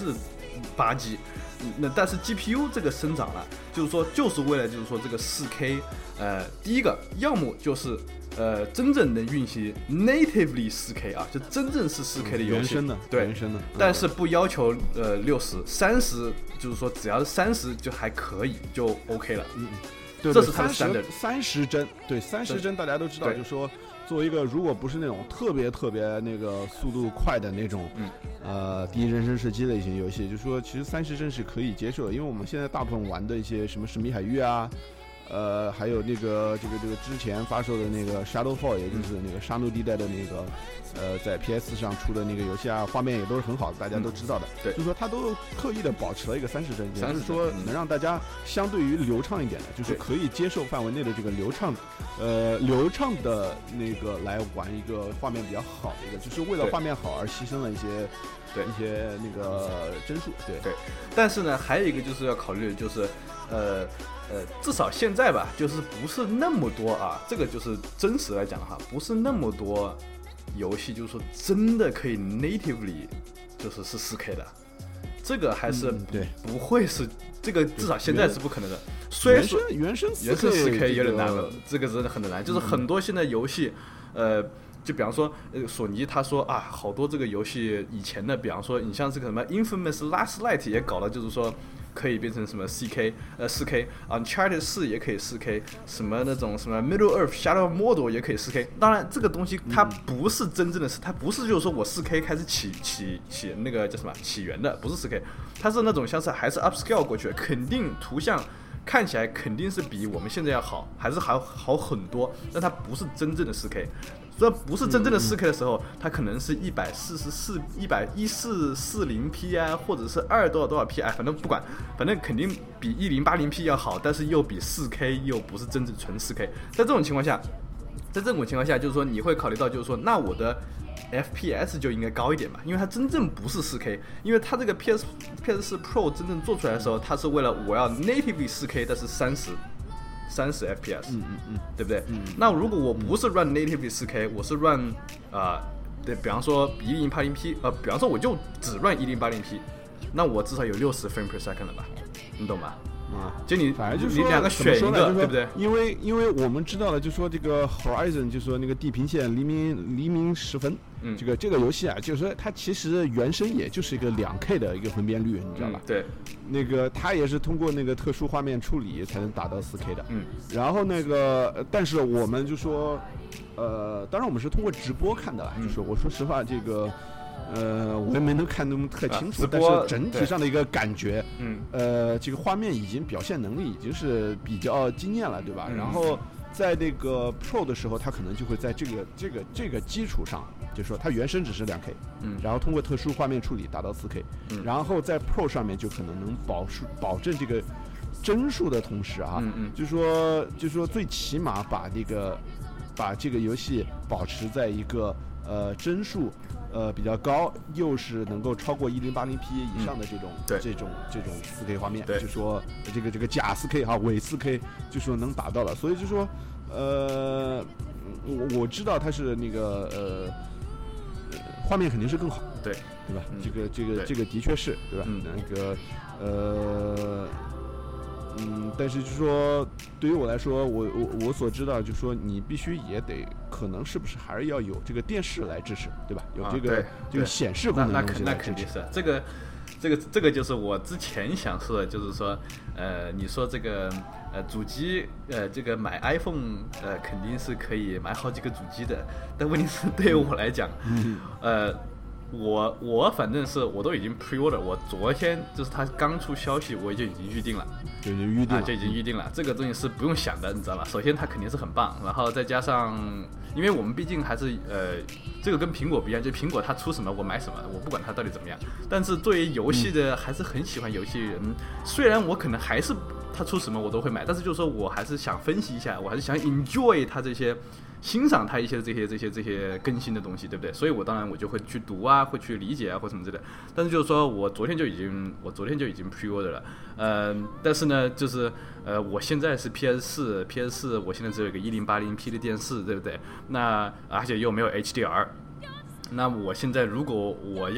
八 G。那但是 G P U 这个生长了，就是说就是为了就是说这个 四 K， 呃，第一个要么就是呃真正能运行 natively 四 K 啊，就真正是 四 K 的游戏， 原生的， 对， 原生的， 嗯、但是不要求呃六十，三十就是说只要是三十就还可以，就 OK 了。 嗯，对， 这是它的 standard。 三十帧，对，三十帧大家都知道，就是说。作为一个如果不是那种特别特别那个速度快的那种，嗯，呃，第一人称射击类型游戏，就是说其实三十帧是可以接受的，因为我们现在大部分玩的一些什么神秘海域啊，呃，还有那个这个这个之前发售的那个 Shadowfall， 也就是那个沙漠地带的那个，呃，在 P S 上出的那个游戏啊，画面也都是很好的，大家都知道的。嗯、 对， 就是说它都刻意的保持了一个三十帧，也就是说能让大家相对于流畅一点的，就是可以接受范围内的这个流畅。呃，流畅的那个来玩一个画面比较好的一个，就是为了画面好而牺牲了一些， 对一些那个帧数，对对。但是呢，还有一个就是要考虑的就是，呃呃，至少现在吧，就是不是那么多啊，这个就是真实来讲哈，不是那么多游戏，就是说真的可以 natively 就是是 四 K 的。这个还是不、嗯、 对， 不会是这个，至少现在是不可能的。虽然说原生原生 四 K 有点难了，这个真的很难。就是很多现在游戏，呃，就比方说，呃，索尼他说啊，好多这个游戏以前的，比方说你像这个什么 Infamous Last Light 也搞了，就是说可以变成什么 四 K， 呃 四 K，Uncharted 四也可以 四 K， 什么那种什么 Middle Earth Shadow Mordor 也可以 四 K。当然，这个东西它不是真正的是，它不是就是说我 四 K 开始起起起那个叫什么起源的，不是 四 K， 它是那种像是还是 upscale 过去的，肯定图像看起来肯定是比我们现在要好，还是还好很多，但它不是真正的 四 K。这不是真正的 四 K 的时候，它可能是一百四十四、一百一四四零 P 啊，或者是二多少多少 P， 哎，反正不管，反正肯定比一零八零 P 要好，但是又比 四 K 又不是真正纯 四 K。在这种情况下，在这种情况下，就是说你会考虑到，就是说，那我的 F P S 就应该高一点嘛，因为它真正不是 四 K， 因为它这个 P S 四 Pro 真正做出来的时候，它是为了我要 natively 四 K， 但是三十。三十 F P S， 嗯嗯嗯， 对不对？ 嗯， 那如果我不是 run natively 四 K， 我是 run 啊、呃，对，比方说一零八零 P， 呃，比方说我就只 run 一零八零 P， 那我至少有六十 frame per second 了吧？你懂吗？ 啊、 嗯，就你反正就是你两个选一个，对不对？ 因为因为我们知道了，就说这个 Horizon， 就说那个地平线黎明黎明时分，嗯，这个这个游戏啊，就是说它其实原生也就是一个两 K 的一个分辨率，你知道吧？ 嗯、对， 那个它也是通过那个特殊画面处理才能达到四 K 的， 嗯， 然后那个，但是我们就说，呃，当然我们是通过直播看的，嗯、就是我说实话，这个。呃，我也没能看那么特清楚，啊、但是整体上的一个感觉，嗯，呃，这个画面已经表现能力已经是比较惊艳了，对吧？嗯、然后在那个 Pro 的时候，它可能就会在这个这个这个基础上，就是说它原生只是两 K， 嗯，然后通过特殊画面处理达到四 K，嗯，然后在 Pro 上面就可能能保保证这个帧数的同时啊， 嗯嗯， 就说就说最起码把这个把这个游戏保持在一个呃帧数。呃，比较高，又是能够超过一零八零 P 以上的这种、 嗯、 这种这种四 K 画面， 对， 就说这个这个假四 K 哈，伪四 K 就说能达到了，所以就说，呃，我我知道它是那个呃，画面肯定是更好， 对对吧？ 嗯、 这个这个这个的确是对吧？ 嗯、 那个呃。嗯，但是就说对于我来说，我我我所知道，就说你必须也得，可能是不是还是要有这个电视来支持，对吧？有这个、 啊、 这个显示功能的东西来支持。那那肯定是这个这个这个就是我之前想说的，就是说，呃，你说这个呃主机呃这个买 iPhone 呃肯定是可以买好几个主机的，但问题是对于我来讲， 嗯、 呃。我我反正是我都已经 pre-order， 我昨天就是他刚出消息，我就已经预定了， 就已经预定了、 啊，就已经预定了。这个东西是不用想的，你知道吧？首先它肯定是很棒，然后再加上，因为我们毕竟还是呃，这个跟苹果不一样，就苹果它出什么我买什么，我不管它到底怎么样。但是对于游戏的，还是很喜欢游戏人，虽然我可能还是它出什么我都会买，但是就是说我还是想分析一下，我还是想 enjoy 它这些。欣赏它一些这些这些这些更新的东西，对不对？所以我当然我就会去读啊，会去理解啊，或什么之类的。但是就是说我昨天就已经，我昨天就已经 pre-order 了，呃，但是呢，就是呃，我现在是 P S 四 ，P S 四我现在只有一个一零八零 P 的电视，对不对？那而且又没有 H D R， 那我现在如果我要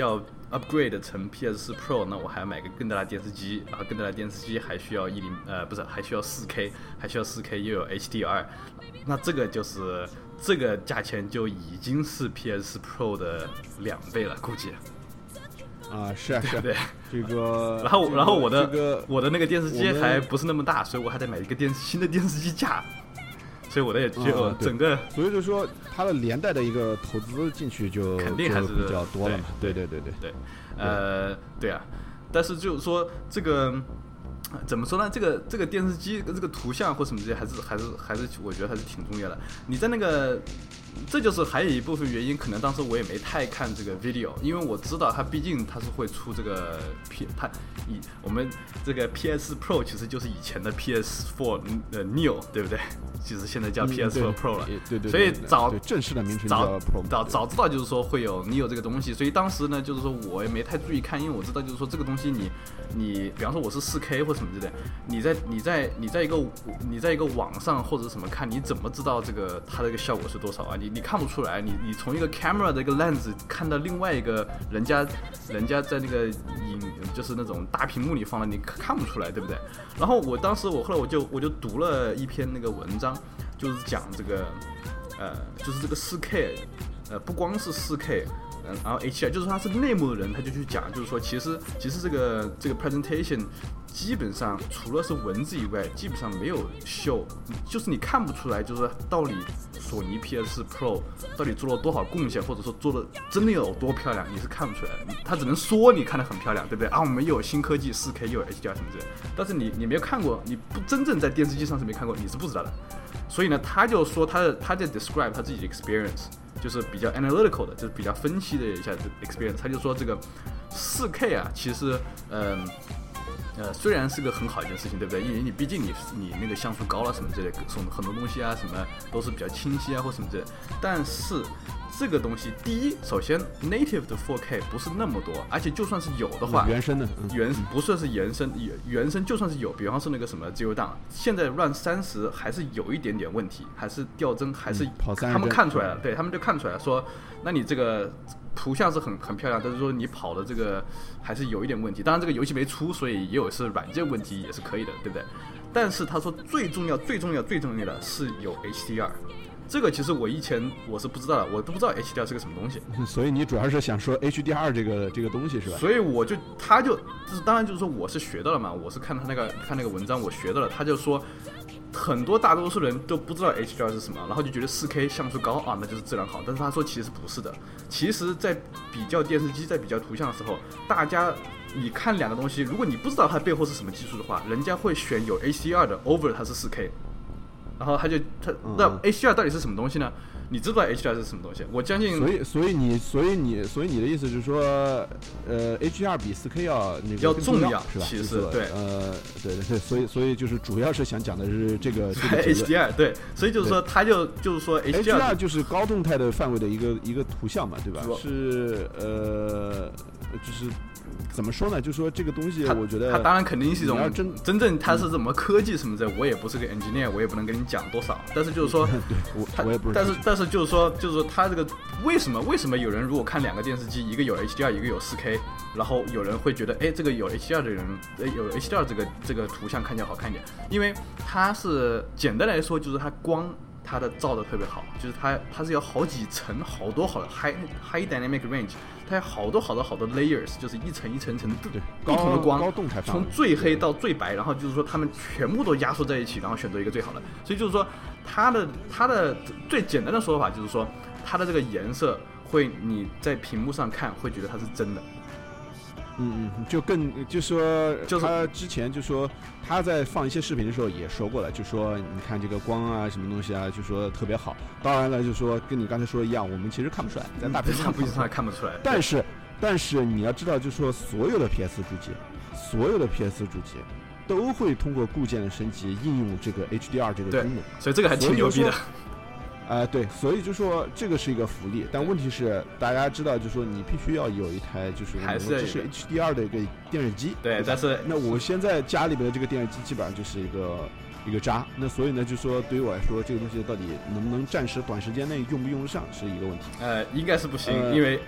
upgrade 成 P S 四 Pro， 那我还要买个更大的电视机，然后更大的电视机还需要一零呃不是还需要 四 K， 还需要 四 K 又有 H D R， 那这个就是这个价钱就已经是 P S 四 Pro 的两倍了，估计。 啊，是啊，是啊， 对这个， 然后、这个、然后我的、 这个、 我的那个电视机还不是那么大，所以我还得买一个电新的电视机架，所以我的也就整个、 啊，所以就说它的连带的一个投资进去就肯定还是比较多了嘛，对对对对对，呃，对啊，但是就是说这个。怎么说呢？这个这个电视机跟这个图像或什么这些，还是还是还是，我觉得还是挺重要的。你在那个，这就是还有一部分原因，可能当时我也没太看这个 video， 因为我知道它毕竟它是会出这个 P， 它以我们这个 P S Pro 其实就是以前的 P S 四 呃 Neo， 对不对？其实现在叫 P S 四 Pro 了， 嗯、对, 对, 对, 对， 所以早正式的名称叫 Pro， 早早知道就是说会有 Neo 这个东西，所以当时呢就是说我也没太注意看，因为我知道就是说这个东西你你，比方说我是 四 K 或什么之类的，你在你在你在一个你在一个网上或者什么看，你怎么知道这个它这个效果是多少啊？你你看不出来，你你从一个 camera 的一个 lens 看到另外一个人家人家在那个影就是那种大屏幕里放的，你看不出来，对不对？然后我当时我后来我就我就读了一篇那个文章。就是讲这个，呃，就是这个 四 K， 呃，不光是 四 K， 嗯、呃，然后 H D R， 就是说他是内幕的人，他就去讲，就是说其实其实这个这个 presentation 基本上除了是文字以外，基本上没有秀，就是你看不出来，就是说到底索尼 P S 四 Pro 到底做了多少贡献，或者说做的真的有多漂亮，你是看不出来的。他只能说你看得很漂亮，对不对啊？我们又有新科技 四 K， 又有 H D R 什么之类的，但是你你没有看过，你不真正在电视机上是没看过，你是不知道的。所以呢，他就说他的他在 describe 他自己的 experience， 就是比较 analytical 的，就是比较分析的一下 experience。他就说这个 四 K 啊，其实嗯呃, 呃虽然是个很好一件事情，对不对？因为你毕竟你你那个像素高了什么之类的，很多东西啊什么都是比较清晰啊或什么之类的，但是。这个东西，第一，首先 native 的 四 K 不是那么多，而且就算是有的话， 原生的，嗯、 原不算是原生，原生就算是有，比方说那个什么 Zero Dawn， 现在 run 三十还是有一点点问题，还是掉帧，还是、 嗯、 他们看出来了，对他们就看出来了说，那你这个图像是很很漂亮，但是说你跑的这个还是有一点问题。当然这个游戏没出，所以也有是软件问题也是可以的，对不对？但是他说最重要、最重要、最重要的是有 H D R。这个其实我以前我是不知道的，我都不知道 H D R 是个什么东西。 所以你主要是想说 H D R 这个这个东西是吧？ 所以我就他就就是当然就是说我是学到了嘛，我是看他那个看那个文章我学到了，他就说很多大多数人都不知道 H D R 是什么，然后就觉得 四 K 像素高啊那就是质量好，但是他说其实不是的，其实在比较电视机在比较图像的时候，大家你看两个东西，如果你不知道它背后是什么技术的话，人家会选有 H D R 的 over 它是 四 K。然后他就他那 H D R 到底是什么东西呢？你知道 H D R 是什么东西？我相信。 所以所以你所以你所以你的意思就是说，呃 H D R 比 四 K 要那个要重要是吧？ 其实对， 呃对对对，所以所以就是主要是想讲的是这个这个 H D R 对，所以就是说他就就是说 H D R 就是高动态的范围的一个一个图像嘛，对吧？是呃就是。怎么说呢？就说这个东西，我觉得它当然肯定是一种真真正它是怎么科技什么的，我也不是个 engineer， 我也不能跟你讲多少。但是就是说， 我我也不是。 但是但是就是说，就是说它这个为什么为什么有人如果看两个电视机，一个有 H D R， 一个有 四 K， 然后有人会觉得，哎，这个有 H D R 的人，有 H D R 这个这个图像看起来好看一点，因为它是简单来说就是它光。它的照的特别好，就是它它是有好几层，好多好多 high high dynamic range， 它有好多好多好多 layers， 就是一层一层层不同的光， 高动态从最黑到最白，然后就是说它们全部都压缩在一起，然后选择一个最好的。所以就是说，它的它的最简单的说法就是说，它的这个颜色会你在屏幕上看会觉得它是真的。 嗯嗯，就更就说，就是他之前就说他在放一些视频的时候也说过了，就说你看这个光啊什么东西啊，就说特别好。当然了，就说跟你刚才说的一样，我们其实看不出来，在大屏幕上不上看不出来。 但是但是你要知道，就说所有的 P S 主机，所有的 P S 主机都会通过固件的升级应用这个 H D R 这个功能， 所以这个还挺牛逼的。 啊、呃，对，所以就说这个是一个福利，但问题是大家知道，就说你必须要有一台就是还是支持 H D R 的一个电视机。 对，但是那我现在家里边的这个电视机基本上就是一个一个渣，那所以呢，就说对于我来说，这个东西到底能不能暂时短时间内用不用得上是一个问题。 呃，应该是不行， 呃、 因为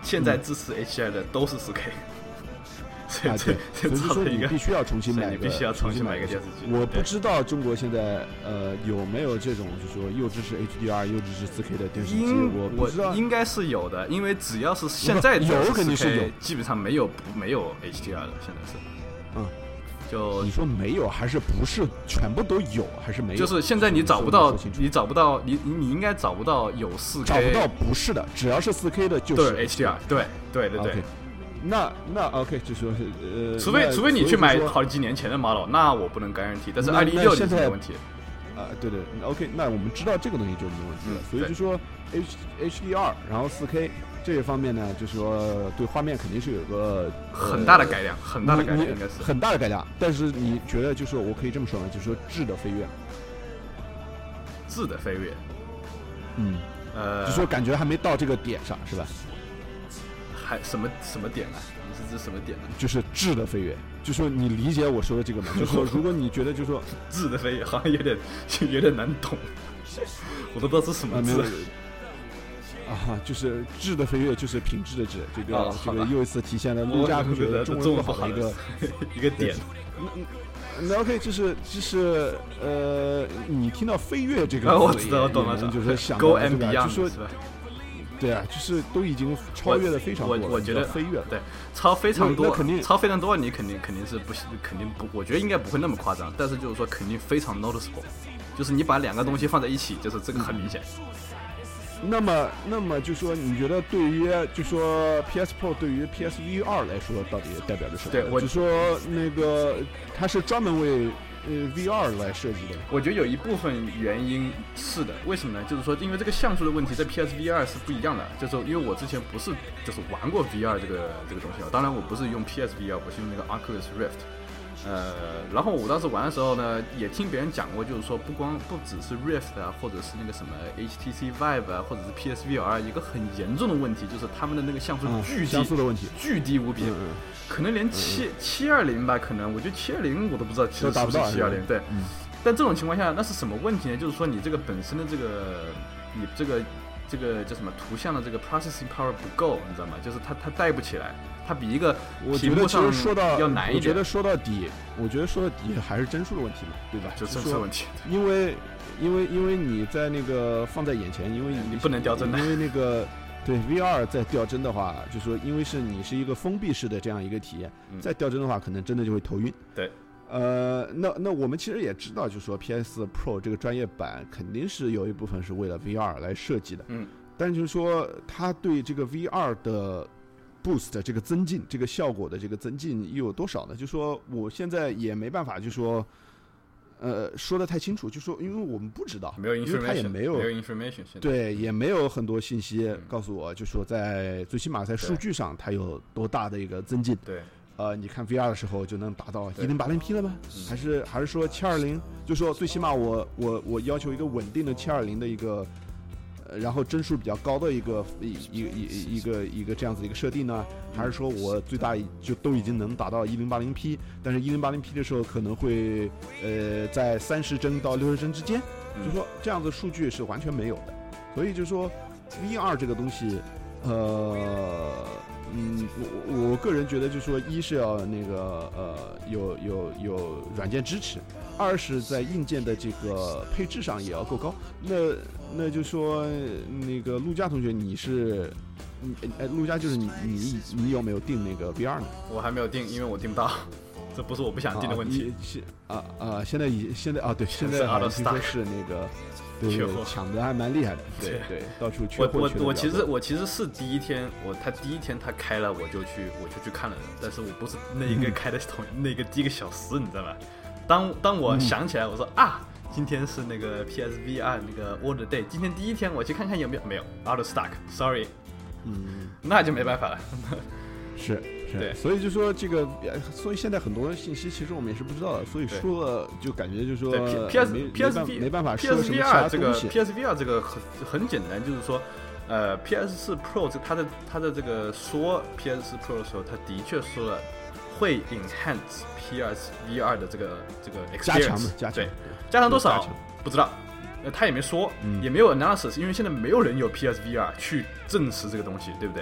现在支持 H D R 的都是 四 K。所以啊，对，所以说你必须要重新买一个， 必须要重新买一个电视机。 我不知道中国现在呃有没有这种，就是说又支持 H D R 又支持 四 K 的电视机，我不知道。 应该是有的，因为只要是现在有肯定是有， 基本上没有没有 H D R 的，现在是。 嗯， 就你说没有还是不是全部都有，还是没有？ 就是现在你找不到，你找不到，你你应该找不到有 四 K， 找不到不是的，只要是 四 K 的就是 H D R， 对对对对。 Okay.那那 OK， 就说呃， 除非除非你去买好几年前的 model， 那我不能 guarantee， 但是二零一六年没问题。 啊、呃，对对 ，OK， 那我们知道这个东西就没问题了。嗯、所以就说 H HDR， 然后 四 K 这一方面呢，就是说对画面肯定是有个、呃、 很大的改良，很大的改良应该是很大的改良。但是你觉得就是我可以这么说吗？就是说质的飞跃， 质的飞跃， 嗯，呃，就说感觉还没到这个点上，是吧？ 还什么什么点呢、啊？你是指什么点呢、啊？ 就是质的飞跃，就说你理解我说的这个吗？就是说，如果你觉得就是说质的飞跃好像有点有点难懂，我都不知道是什么字。 啊，就是质的飞跃，就是品质的质，这个、 哦、 这个又一次体现了陆家同学的中文不好的一个一个点。 那 OK， 就是就是呃，你听到飞跃这个词，我知道，我懂了， 就是想到 Go and Beyond， 就说。对啊，就是都已经超越的非常多了。 我我觉得飞跃了， 对，超非常多， 肯定超非常多，你肯定肯定是不肯定不，我觉得应该不会那么夸张，但是就是说肯定非常 noticeable， 就是你把两个东西放在一起，就是这个很明显。 嗯、那么，那么就说你觉得对于就说 P S Pro 对于 P S V R 来说，到底代表着什么？ 对，我就说那个它是专门为。呃 ，V R 来设计的， 我觉得有一部分原因是的，为什么呢？就是说，因为这个像素的问题，在 P S V R 是不一样的。就是因为我之前不是就是玩过 V R 这个这个东西啊，当然我不是用 P S V R， 我是用那个 Oculus Rift。呃，然后我当时玩的时候呢，也听别人讲过，就是说不光不只是 Rift 啊，或者是那个什么 H T C Vive 啊，或者是 P S V R， 一个很严重的问题就是他们的那个像素巨低， 像素的问题巨低无比。嗯嗯，可能连七七二零吧，可能我觉得七二零我都不知道其实是不是七二零，对、嗯。但这种情况下，那是什么问题呢？就是说你这个本身的这个，你这个这个叫什么图像的这个 processing power 不够，你知道吗？就是它它带不起来，它比一个屏幕上要难一点。 我觉得说到底，我觉得说到底还是帧数的问题嘛，对吧？ 就帧数问题。 因为因为因为你在那个放在眼前，因为你不能调帧的， 因为那个。对 V R 在调帧的话，就说因为是你是一个封闭式的这样一个体验，嗯、在调帧的话，可能真的就会头晕。 对， 呃，那那我们其实也知道，就说 P S Pro 这个专业版肯定是有一部分是为了 V R 来设计的， 嗯， 但就是说它对这个 V R 的 boost 这个增进，这个效果的这个增进又有多少呢？就说我现在也没办法，就说。呃，说的太清楚，就说因为我们不知道， 没有 information， 因为他也没有， 没有 information， 对，也没有很多信息告诉我，嗯、就说在最起码在数据上它有多大的一个增进。 对， 呃，你看 V R 的时候就能达到一零八零 P 了吗？还是还是说七二零？就说最起码我我我要求一个稳定的七二零的一个。然后帧数比较高的一个一一一一个一个这样子一个设定呢，还是说我最大就都已经能达到一零八零 P， 但是一零八零 P 的时候可能会呃在三十帧到六十帧之间，就说这样子数据是完全没有的，所以就说 V R 这个东西，呃。嗯，我我个人觉得，就是说，一是要那个呃有有有软件支持，二是在硬件的这个配置上也要够高。那那就说那个陆佳同学，你是，哎，陆佳就是你你你有没有订那个 V R 呢？ 我还没有订，因为我订不到，这不是我不想订的问题。 啊啊，现在已现在啊对，现在好像听说是那个。对，抢的还蛮厉害的，对对，到处缺货。 我我我其实我其实是第一天，我他第一天他开了，我就去我就去看了的，但是我不是那一个开的同、嗯、那个第一个小时，你知道吧？当当我想起来，我说、嗯、啊，今天是那个 P S V R 那个 Order Day， 今天第一天我去看看有没有，没有 out of stock，sorry， 嗯， 那就没办法了。 是。对，所以就说这个，所以现在很多信息其实我们也是不知道的，所以说了就感觉就是说 P S P S V 没办法 P S V R 这个 P S V R 这个很很简单，就是说，呃 ，P S 四 Pro 这它的它的这个说 P S 四 Pro 的时候，它的确说了会 enhance P S V R 的这个这个 experience， 加强加强， 对，加强多少不知道，呃，他也没说， 嗯、 也没有 analysis，因为现在没有人有 P S V R 去证实这个东西，对不对？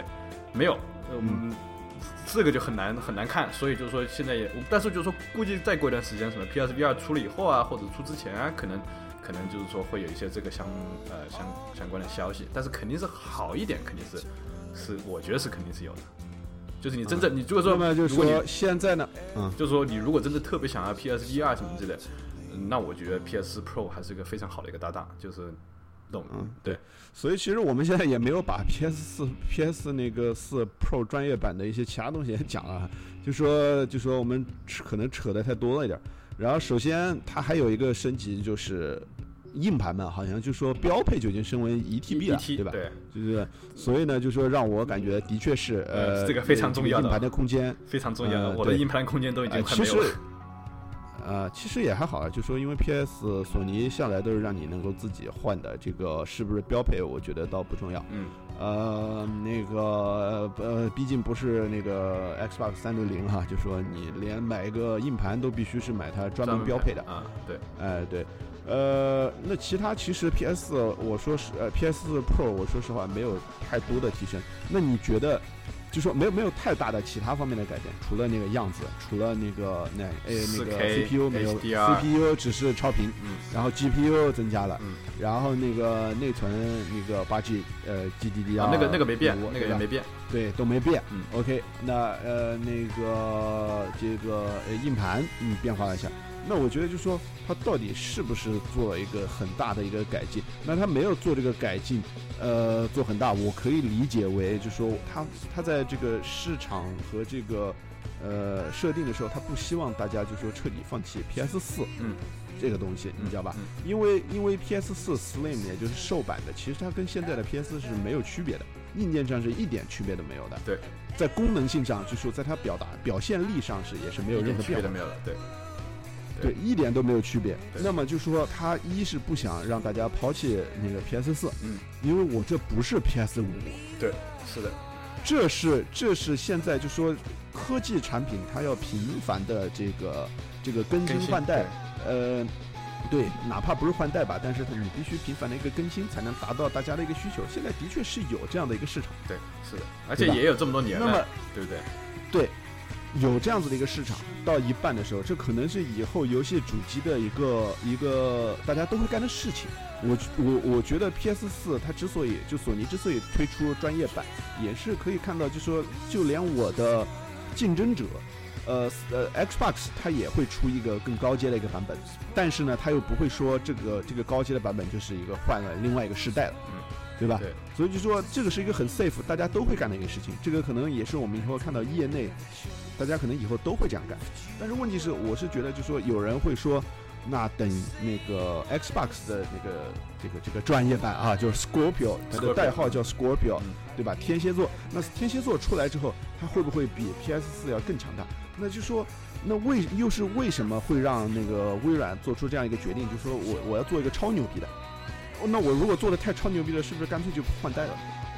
没有，嗯。这个就很难很难看，所以就是说现在也，但是就是说估计再过一段时间，什么 P S V R 出了以后啊，或者出之前啊，可能可能就是说会有一些这个相呃相相关的消息，但是肯定是好一点，肯定是是我觉得是肯定是有的。就是你真正、嗯、你如果说， 那么就是说现在呢， 嗯，就是说你如果真的特别想要 P S V R 什么之类的，那我觉得 P S Pro 还是一个非常好的一个搭档，就是懂， 嗯， 对。 所以其实我们现在也没有把 P S 四 P S 那个四 Pro 专业版的一些其他东西也讲了，就说就说我们可能扯得太多了一点。然后首先它还有一个升级，就是硬盘嘛，好像就说标配就已经升为 一 T B 了， E T, 对吧？ 对， 就是所以呢，就说让我感觉的确是呃， 这个非常重要的硬盘的空间非常重要的， 呃、 我的硬盘空间都已经快没有了。 呃，其实也还好啊，就说因为 P S 索尼向来都是让你能够自己换的，这个是不是标配，我觉得倒不重要。 嗯， 呃，那个呃，毕竟不是那个 Xbox 三六零哈，就说你连买一个硬盘都必须是买它专门标配的啊。对， 哎、呃、对，呃，那其他其实 P S 我说是呃 P S Pro 我说实话没有太多的提升，那你觉得？就说没有没有太大的其他方面的改变，除了那个样子，除了那个那呃那个 C P U 没有 ，C P U 只是超频， 嗯， 然后 G P U 增加了， 嗯， 然后那个内存那个八 G 呃 G D D R、 啊、那个那个没变，那个也没变， 对，都没变。 嗯 ，OK， 那呃那个这个呃硬盘嗯变化了一下。那我觉得就是说，它到底是不是做了一个很大的一个改进？那它没有做这个改进，呃，做很大，我可以理解为就是说，它它在这个市场和这个呃设定的时候，它不希望大家就说彻底放弃 P S 四， 嗯， 这个东西，你知道吧？ 嗯嗯、 因为因为 P S 四 Slim 也就是瘦版的，其实它跟现在的 P S 是没有区别的，硬件上是一点区别都没有的。 对， 在功能性上，就说在它表达表现力上是也是没有任何变化的，没有了，对。 对，一点都没有区别。那么就说他一是不想让大家抛弃那个 P S 四， 嗯， 因为我这不是 P S 五， 对，是的， 这是这是现在就说科技产品它要频繁的这个这个更新换代，呃，对，哪怕不是换代吧，但是你必须频繁的一个更新，才能达到大家的一个需求。现在的确是有这样的一个市场， 对，是的，而且也有这么多年了， 那么对不对？ 对。有这样子的一个市场，到一半的时候，这可能是以后游戏主机的一个一个大家都会干的事情。我我我觉得 P S 四它之所以就索尼之所以推出专业版，也是可以看到，就说就连我的竞争者，呃呃 Xbox 它也会出一个更高阶的一个版本，但是呢，它又不会说这个这个高阶的版本就是一个换了另外一个世代了。 嗯。 对吧？ 对， 所以就说这个是一个很 safe， 大家都会干的一个事情。这个可能也是我们以后看到业内，大家可能以后都会这样干。但是问题是，我是觉得，就说有人会说，那等那个 Xbox 的那个这个这个专业版啊，就是 Scorpio， 它的代号叫 Scorpio， 嗯、 对吧？天蝎座，那天蝎座出来之后，它会不会比 P S 四要更强大？那就说，那为又是为什么会让那个微软做出这样一个决定？就是说我我要做一个超牛逼的。那我如果做的太超牛逼了，是不是干脆就换代了？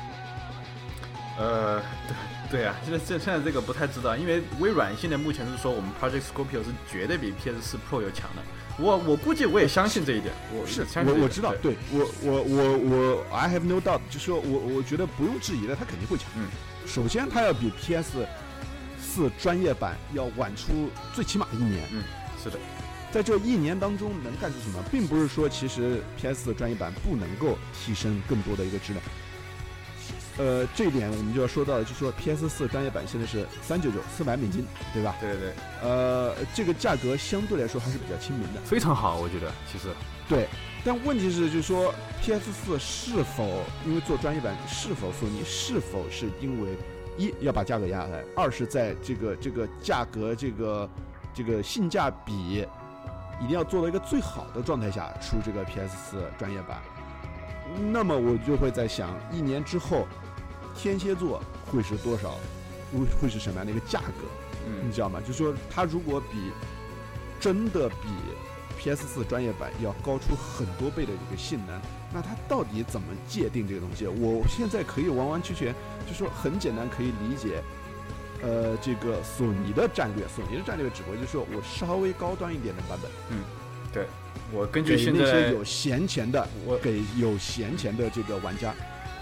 呃，对对啊，现在现现在这个不太知道，因为微软现在目前是说我们 Project Scorpio 是绝对比 P S 四 Pro 要强的。我我估计我也相信这一点，我是相信我我知道，对我我我我 I have no doubt， 就说我我觉得不用质疑的，它肯定会强。 嗯， 首先它要比 P S 四专业版要晚出最起码一年。 嗯，是的。 在这一年当中能干出什么，并不是说其实 P S 专业版不能够提升更多的一个质量。呃，这一点我们就要说到的，就是说 P S 四专业版现在是三九九，四百美金，对吧？ 对对对。 呃，这个价格相对来说还是比较亲民的， 非常好，我觉得其实。 对，但问题是，就是说 P S 四是否因为做专业版，是否索尼是否是因为一要把价格压下来，二是在这个这个价格这个这个性价比。一定要做到一个最好的状态下出这个 P S 四专业版，那么我就会在想，一年之后，天蝎座会是多少？会会是什么样的一个价格？ 嗯， 你知道吗？就是说，它如果比真的比 P S 四专业版要高出很多倍的一个性能，那它到底怎么界定这个东西？我现在可以完完全全就说很简单可以理解。呃，这个索尼的战略，索尼的战略只不过就是说我稍微高端一点的版本， 嗯，对，我根据现在那些有闲钱的，我给有闲钱的这个玩家，就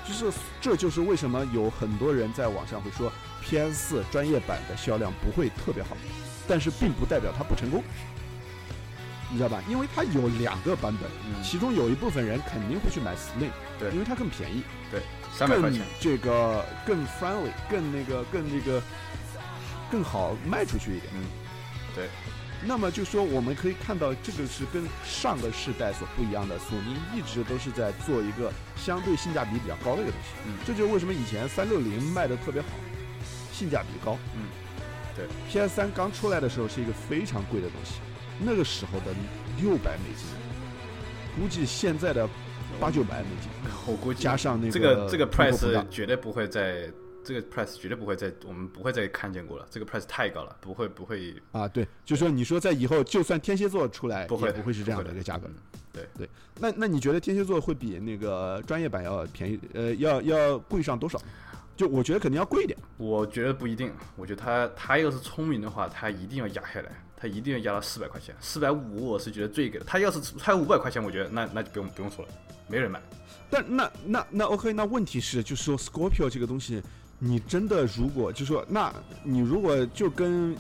就是这就是为什么有很多人在网上会说 P S 四 专业版的销量不会特别好，但是并不代表它不成功，你知道吧？因为它有两个版本， 嗯、 其中有一部分人肯定会去买 Slim， 对， 因为它更便宜， 对，三百块钱， 这个更 friendly， 更那个更那个更好卖出去一点， 嗯，对。 那么就说我们可以看到，这个是跟上个世代所不一样的，索尼一直都是在做一个相对性价比比较高的一个东西。 嗯， 这就是为什么以前三六零卖的特别好，性价比高。 嗯，对。 P S 三 刚出来的时候是一个非常贵的东西，那个时候的六百美金，估计现在的八九百美金， 我估计加上那个这个这个 price 绝对不会在。这个 price 绝对不会再，我们不会再看见过了。这个 price 太高了，不会不会啊，对，就说你说在以后，就算天蝎座出来， 不会也不会是这样的一个价格。 嗯、对对，那那你觉得天蝎座会比那个专业版要便宜？呃，要要贵上多少？就我觉得肯定要贵一点。 我觉得不一定，我觉得他他要是聪明的话，他一定要压下来，他一定要压到四百块钱，四百五我是觉得最给的。他要是才五百块钱，我觉得那那就不用不用说了，没人买。 但那那那 OK， 那问题是就是说 Scorpio 这个东西。你真的如果就说，那你如果就跟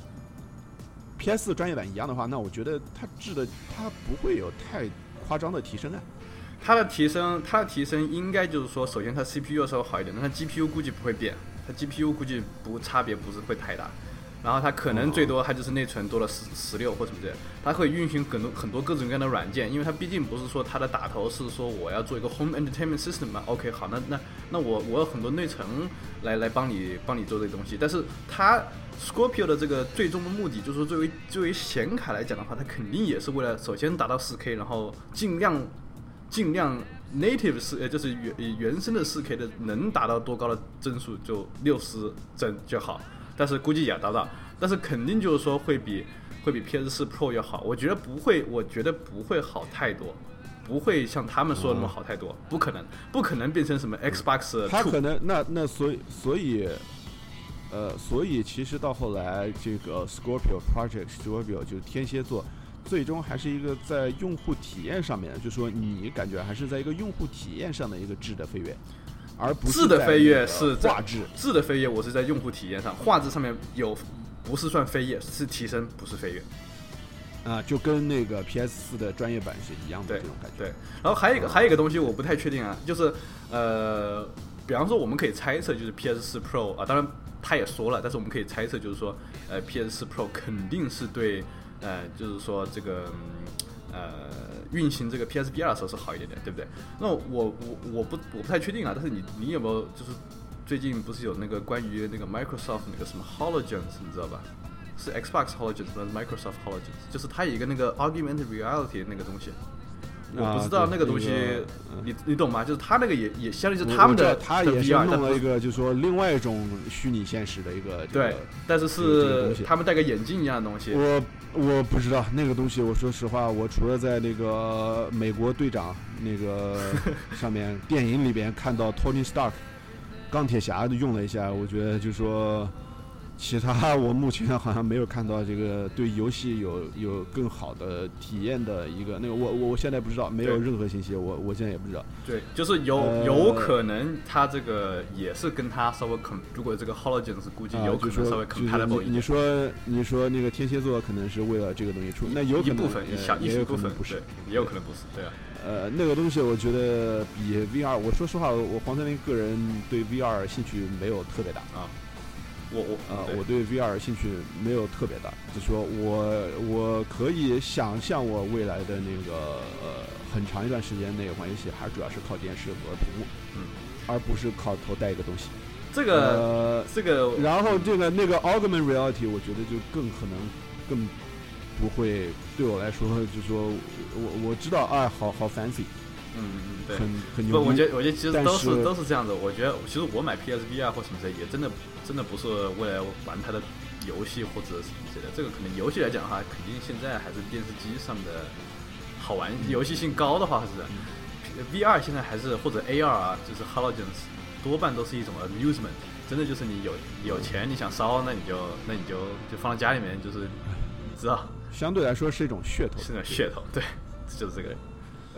P S 四 专业版一样的话，那我觉得它质的它不会有太夸张的提升啊。 它的提升，它的提升应该就是说，首先它 C P U 稍微好一点，但它 G P U 估计不会变，它 G P U 估计不差别不是会太大。然后它可能最多它就是内存多了十十六或什么之类的，它会运行很多很多各种各样的软件，因为它毕竟不是说它的打头是说我要做一个 home entertainment system 嘛 ，OK 好，那那那我我有很多内存来来帮你帮你做这个东西，但是它 Scorpio 的这个最终的目的就是说，作为作为显卡来讲的话，它肯定也是为了首先达到 四 K， 然后尽量尽量 native 四呃就是原原生的 四 K 的能达到多高的帧数就六十帧就好。但是估计也达不到，但是肯定就是说会比会比 P S 四 Pro 要好，我觉得不会，我觉得不会好太多，不会像他们说的那么好太多，不可能，不可能变成什么 Xbox。 它可能那那所以所以，呃，所以其实到后来这个 Scorpio Project Scorpio 就是天蝎座，最终还是一个在用户体验上面，就说你感觉还是在一个用户体验上的一个质的飞跃。而不是质的飞跃是画质， 质的飞跃我是在用户体验上，画质上面有不是算飞跃，是提升，不是飞跃。 啊，就跟那个 P S 四 的专业版是一样的这种感觉。 对，然后还有一个、嗯、还有一个东西我不太确定啊，就是呃，比方说我们可以猜测，就是 P S 四 Pro 啊，当然他也说了，但是我们可以猜测，就是说呃 P S 四 Pro 肯定是对呃，就是说这个。呃，运行这个 P S V R 的时候是好一点点，对不对？那我我我不我不太确定啊，但是你你有没有就是最近不是有那个关于那个 Microsoft 那个什么 HoloLens， 你知道吧？是 Xbox HoloLens 不是 Microsoft HoloLens， 就是它有一个那个 Augmented Reality 那个东西。我不知道那个东西，啊那个、你你懂吗？就是他那个也也相当于是他们的， 他也是弄了一个，就是说另外一种虚拟现实的一个， 对，但是是他们戴个眼镜一样的东西。 我我不知道那个东西，我说实话，我除了在那个美国队长那个上面电影里边看到 Tony Stark 钢铁侠用了一下，我觉得就说。其他我目前好像没有看到这个对游戏有有更好的体验的一个那个我我我现在不知道，没有任何信息，我我现在也不知道。 对，就是有、呃、有可能它这个也是跟它稍微 com， 如果这个 HoloLens 估计有可能稍微 compatible 一点。 你说你说那个天蝎座可能是为了这个东西出，那有可能一部分一小也有可能不是， 也有可能不是，对啊。 呃，那个东西我觉得比 V R， 我说实话，我黄森林个人对 V R 兴趣没有特别大啊。我我啊、呃，我对 V R 兴趣没有特别大，就是说我我可以想象我未来的那个呃很长一段时间内玩游戏，还主要是靠电视和屏幕， 嗯， 而不是靠头戴一个东西。 这个、呃、这个， 然后这个那个 Augmented Reality， 我觉得就更可能更不会对我来说，就是说我我知道啊，好好 fancy。 嗯嗯对， 很很牛逼。 不，我觉得我觉得其实都是是都是这样子。我觉得其实我买 P S V R 或什么之类，也真的真的不是为了玩它的游戏或者什么之类的。这个可能游戏来讲的话，肯定现在还是电视机上的好玩，嗯、游戏性高的话是、嗯、V R 现在还是或者 A R 啊，就是 HoloLens 多半都是一种 amusement， 真的就是你有有钱你想烧，那你就那你就就放在家里面，就是知道， 相对来说是一种噱头， 是一种噱头，对，就是这个。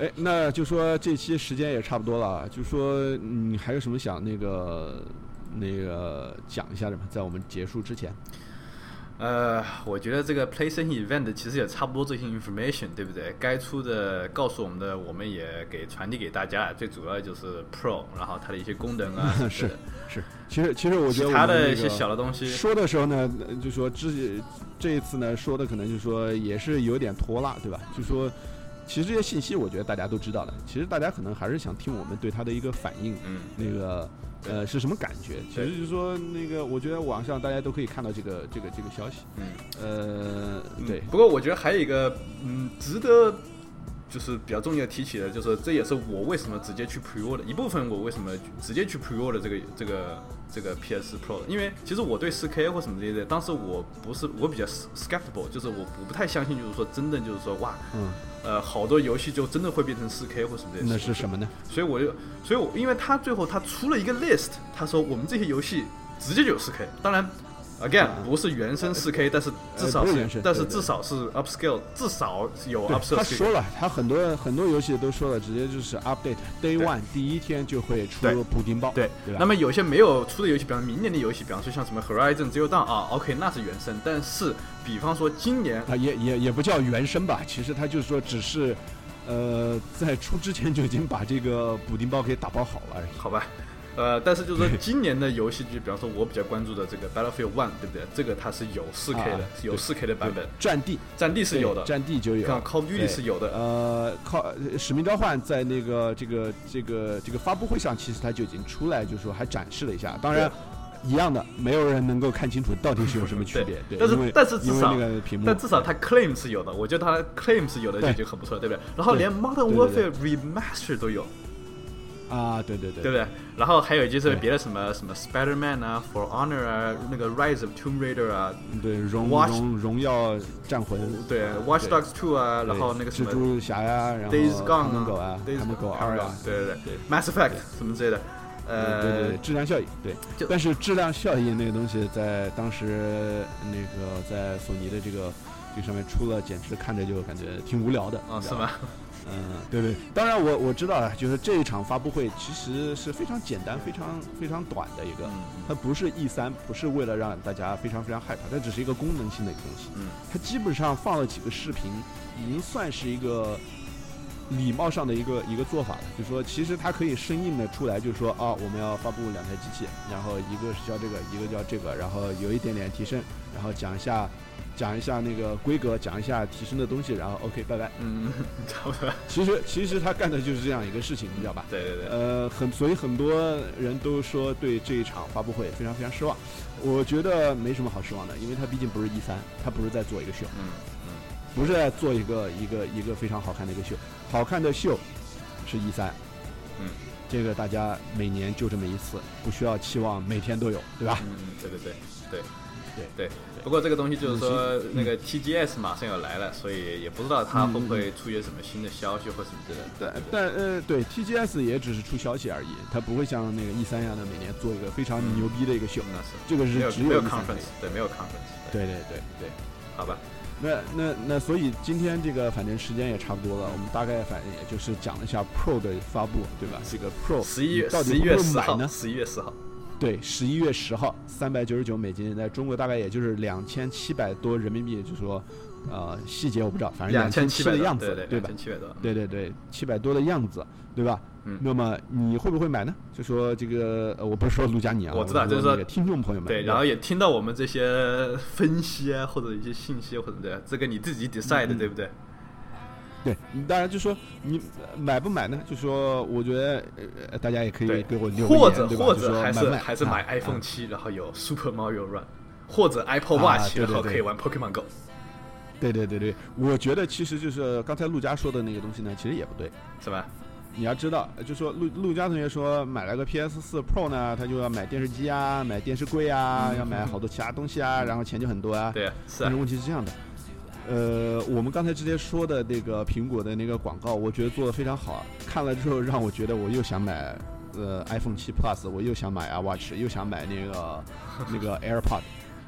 哎，那就说这期时间也差不多了，就说你还有什么想那个那个讲一下的吗？在我们结束之前。 呃，我觉得这个 PlayStation Event 其实也差不多这些 information， 对不对？该出的告诉我们的，我们也给传递给大家。最主要就是 Pro， 然后它的一些功能啊， 是是。其实其实我觉得其他的一些小的东西说的时候呢，就说之这一次呢说的可能就是说也是有点拖拉，对吧？就说其实这些信息我觉得大家都知道的，其实大家可能还是想听我们对它的一个反应， 嗯， 那个。呃，是什么感觉？其实就是说，那个，我觉得网上大家都可以看到这个、这个、这个消息。 嗯， 呃，对。 不过我觉得还有一个，嗯，值得就是比较重要提起的，就是这也是我为什么直接去 pre-order 一部分，我为什么直接去 pre-order 这个这个这个 P S 四 Pro， 因为其实我对 四 K 或什么之类的，当时我不是我比较 skeptical， 就是我我不太相信，就是说真的就是说哇， 嗯。 呃，好多游戏就真的会变成 四 K 或什么的。 那是什么呢？ 所以我就，所以我，因为他最后他出了一个 list， 他说我们这些游戏直接就有 四 K。当然 ，again、嗯、不是原生 四 K， 但是至少是， 呃、是但是至少是 upscale， 至少有 upscale。 他说了，他很多很多游戏都说了，直接就是 update day one 第一天就会出补丁包。 对， 对吧？ 那么有些没有出的游戏，比方明年的游戏，比方说像什么 Horizon Zero Dawn 啊 ，OK， 那是原生，但是比方说今年， 它也也也不叫原生吧，其实它就是说只是。呃，在出之前就已经把这个补丁包给打包好了而已。 好吧，呃，但是就是说今年的游戏，就比方说我比较关注的这个 Battlefield One， 对不对？这个它是有 四 K 的，啊、有 四 K 的版本。 战地， 战地是有的， 战地就有。 看 Call of Duty 是有的。 呃，靠，使命召唤在那个这个这个这个发布会上，其实它就已经出来，就是说还展示了一下。当然。一样的，没有人能够看清楚到底是有什么区别。对， 但是但是至少那个屏幕， 但至少它 claim 是有的，我觉得它 claim 是有的就已经很不错了，对不对？然后连 Modern Warfare Remaster 都有。 啊，对对对， 对不对？然后还有就是别的什么什么 Spider-Man 啊 ，For Honor 啊，那个 Rise of Tomb Raider 啊， 对，荣荣荣耀战魂， 对 ，Watch Dogs two 啊，然后那个什么蜘蛛侠呀，然后 Days Gone 看门狗啊， 看门狗二啊， 对对对 ，Mass Effect 什么之类的。呃， 对对对，质量效应对，但是质量效应那个东西在当时那个在索尼的这个这个上面出了，简直看着就感觉挺无聊的啊，是吗？ 嗯，对对，当然我我知道啊，就是这一场发布会其实是非常简单、非常非常短的一个，它不是 E 三，不是为了让大家非常非常害怕，它只是一个功能性的一个东西。 嗯， 它基本上放了几个视频，已经算是一个。礼貌上的一个一个做法了，就是说，其实它可以生硬的出来，就是说啊，我们要发布两台机器，然后一个是叫这个，一个叫这个，然后有一点点提升，然后讲一下，讲一下那个规格，讲一下提升的东西，然后 OK， 拜拜。 嗯，差不多。 其实其实他干的就是这样一个事情，你知道吧？ 对对对。 呃，很所以很多人都说对这一场发布会非常非常失望。我觉得没什么好失望的，因为它毕竟不是 E 三，它不是在做一个秀。 嗯。 不是在做一个一个一个非常好看的一个秀，好看的秀是 E 三， 嗯， 这个大家每年就这么一次，不需要期望每天都有，对吧？ 嗯嗯，对对对对对对。不过这个东西就是说，那个 T G S 马上要来了，所以也不知道它会不会出些什么新的消息或什么之类的。 对，但呃，对 T G S 也只是出消息而已，它不会像那个 E 三一样的每年做一个非常牛逼的一个秀。 那是这个是只有 conference， 对，没有 conference。 对对对对， 好吧。 那那那，所以今天这个反正时间也差不多了，我们大概反正也就是讲了一下 Pro 的发布，对吧？这个 Pro 十一月到底会不会买呢？ 十一月十号， 对，十一月十号，三百九十九美金，在中国大概也就是两千七百多人民币，就是说，呃，细节我不知道，反正两千七的样子， 对对对吧？ 七百多， 对对对，七百多的样子，对吧？ 嗯， 那么你会不会买呢？就说这个，呃、我不是说陆佳你啊， 我知道，就是说听众朋友们， 对，然后也听到我们这些分析啊，或者一些信息或者的，这个你自己 decide，嗯、对不对？ 对，当然就说你买不买呢？就说我觉得、呃、大家也可以给我留言， 或者对或者还是买买还是买 iPhone 七、啊，然后有 Super Mario Run， 或者 Apple Watch，、啊、 对对对， 然后可以玩 Pokemon Go。 对对对对，我觉得其实就是刚才陆佳说的那个东西呢，其实也不对， 是吧？ 你要知道，就说陆陆佳同学说买了个 P S 四 Pro 呢，他就要买电视机啊，买电视柜啊，嗯、要买好多其他东西啊，然后钱就很多啊。 对啊，是啊。 但是问题是这样的，呃，我们刚才之前说的那个苹果的那个广告，我觉得做的非常好，看了之后让我觉得我又想买呃 iPhone 七 Plus， 我又想买 iWatch， 又想买那个那个 AirPod。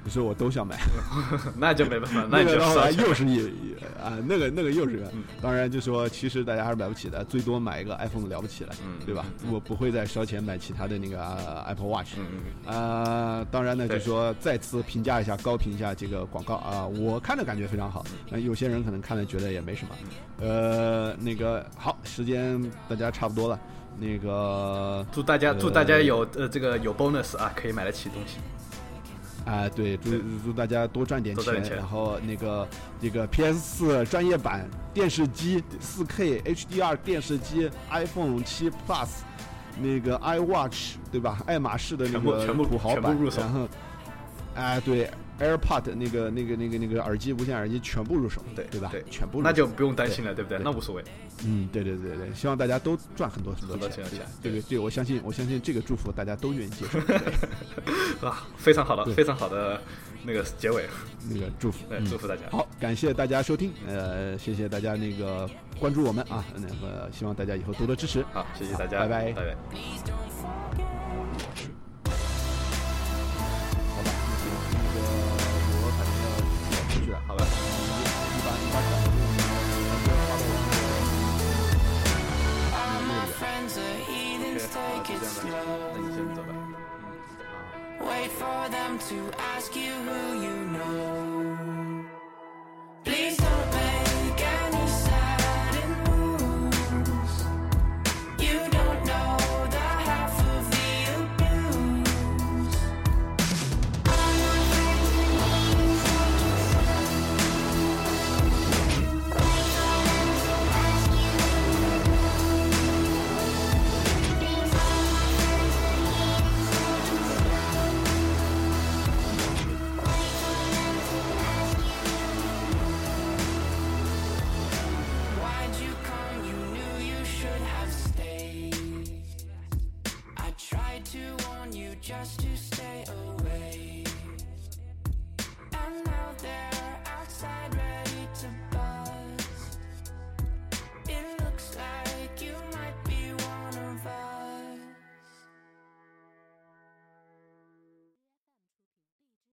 所以我都想买。 那就没办法，那那个后来就又是一啊，那个那个又是个，当然就说其实大家还是买不起的，最多买一个 iPhone 了不起了， 嗯对吧？我不会再烧钱买其他的那个、啊、Apple Watch。 嗯嗯啊，当然呢，就说再次评价一下，高评一下这个广告啊，我看着感觉非常好，那有些人可能看了觉得也没什么。呃，那个好，时间大家差不多了，那个祝大家祝大家有呃这个有 bonus 啊，可以买得起东西。 啊，对，祝祝大家多赚点钱， 赚点钱然后那个这个 P S 四 专业版电视机 四 K H D R 电视机 iPhone 七 Plus 那个 iWatch 对吧？爱马仕的那个全部土豪版， 全部入手然后啊，对 AirPod 那个那个那个那个耳机无线耳机全部入手， 对对吧？ 对， 全部入手那就不用担心了，对不对？ 对那无所谓。 嗯，对对对对，希望大家都赚很多很很多钱， 钱对对对，我相信我相信这个祝福大家都愿意接受。 啊，非常好的， 对非常好的那个结尾， 那个祝福， 对， 嗯祝福大家。 好，感谢大家收听，呃，谢谢大家那个关注我们啊，那个希望大家以后多多支持。 好，谢谢大家， 拜拜拜拜。 好吧，那个我反正要出去了， 好吧， 你把你把小红书发到我那个那个里。 OK， 好，就这样吧，那你先走吧。嗯，好。 Wait for them to ask you who you know. Please don't make any sudden moves. You don't know the half of the abuse. All my friends are leaving for Wait for them to ask you who you know. Please all my friends are leaving for Why'd you come? You knew you should have stayed. I tried to warn you just to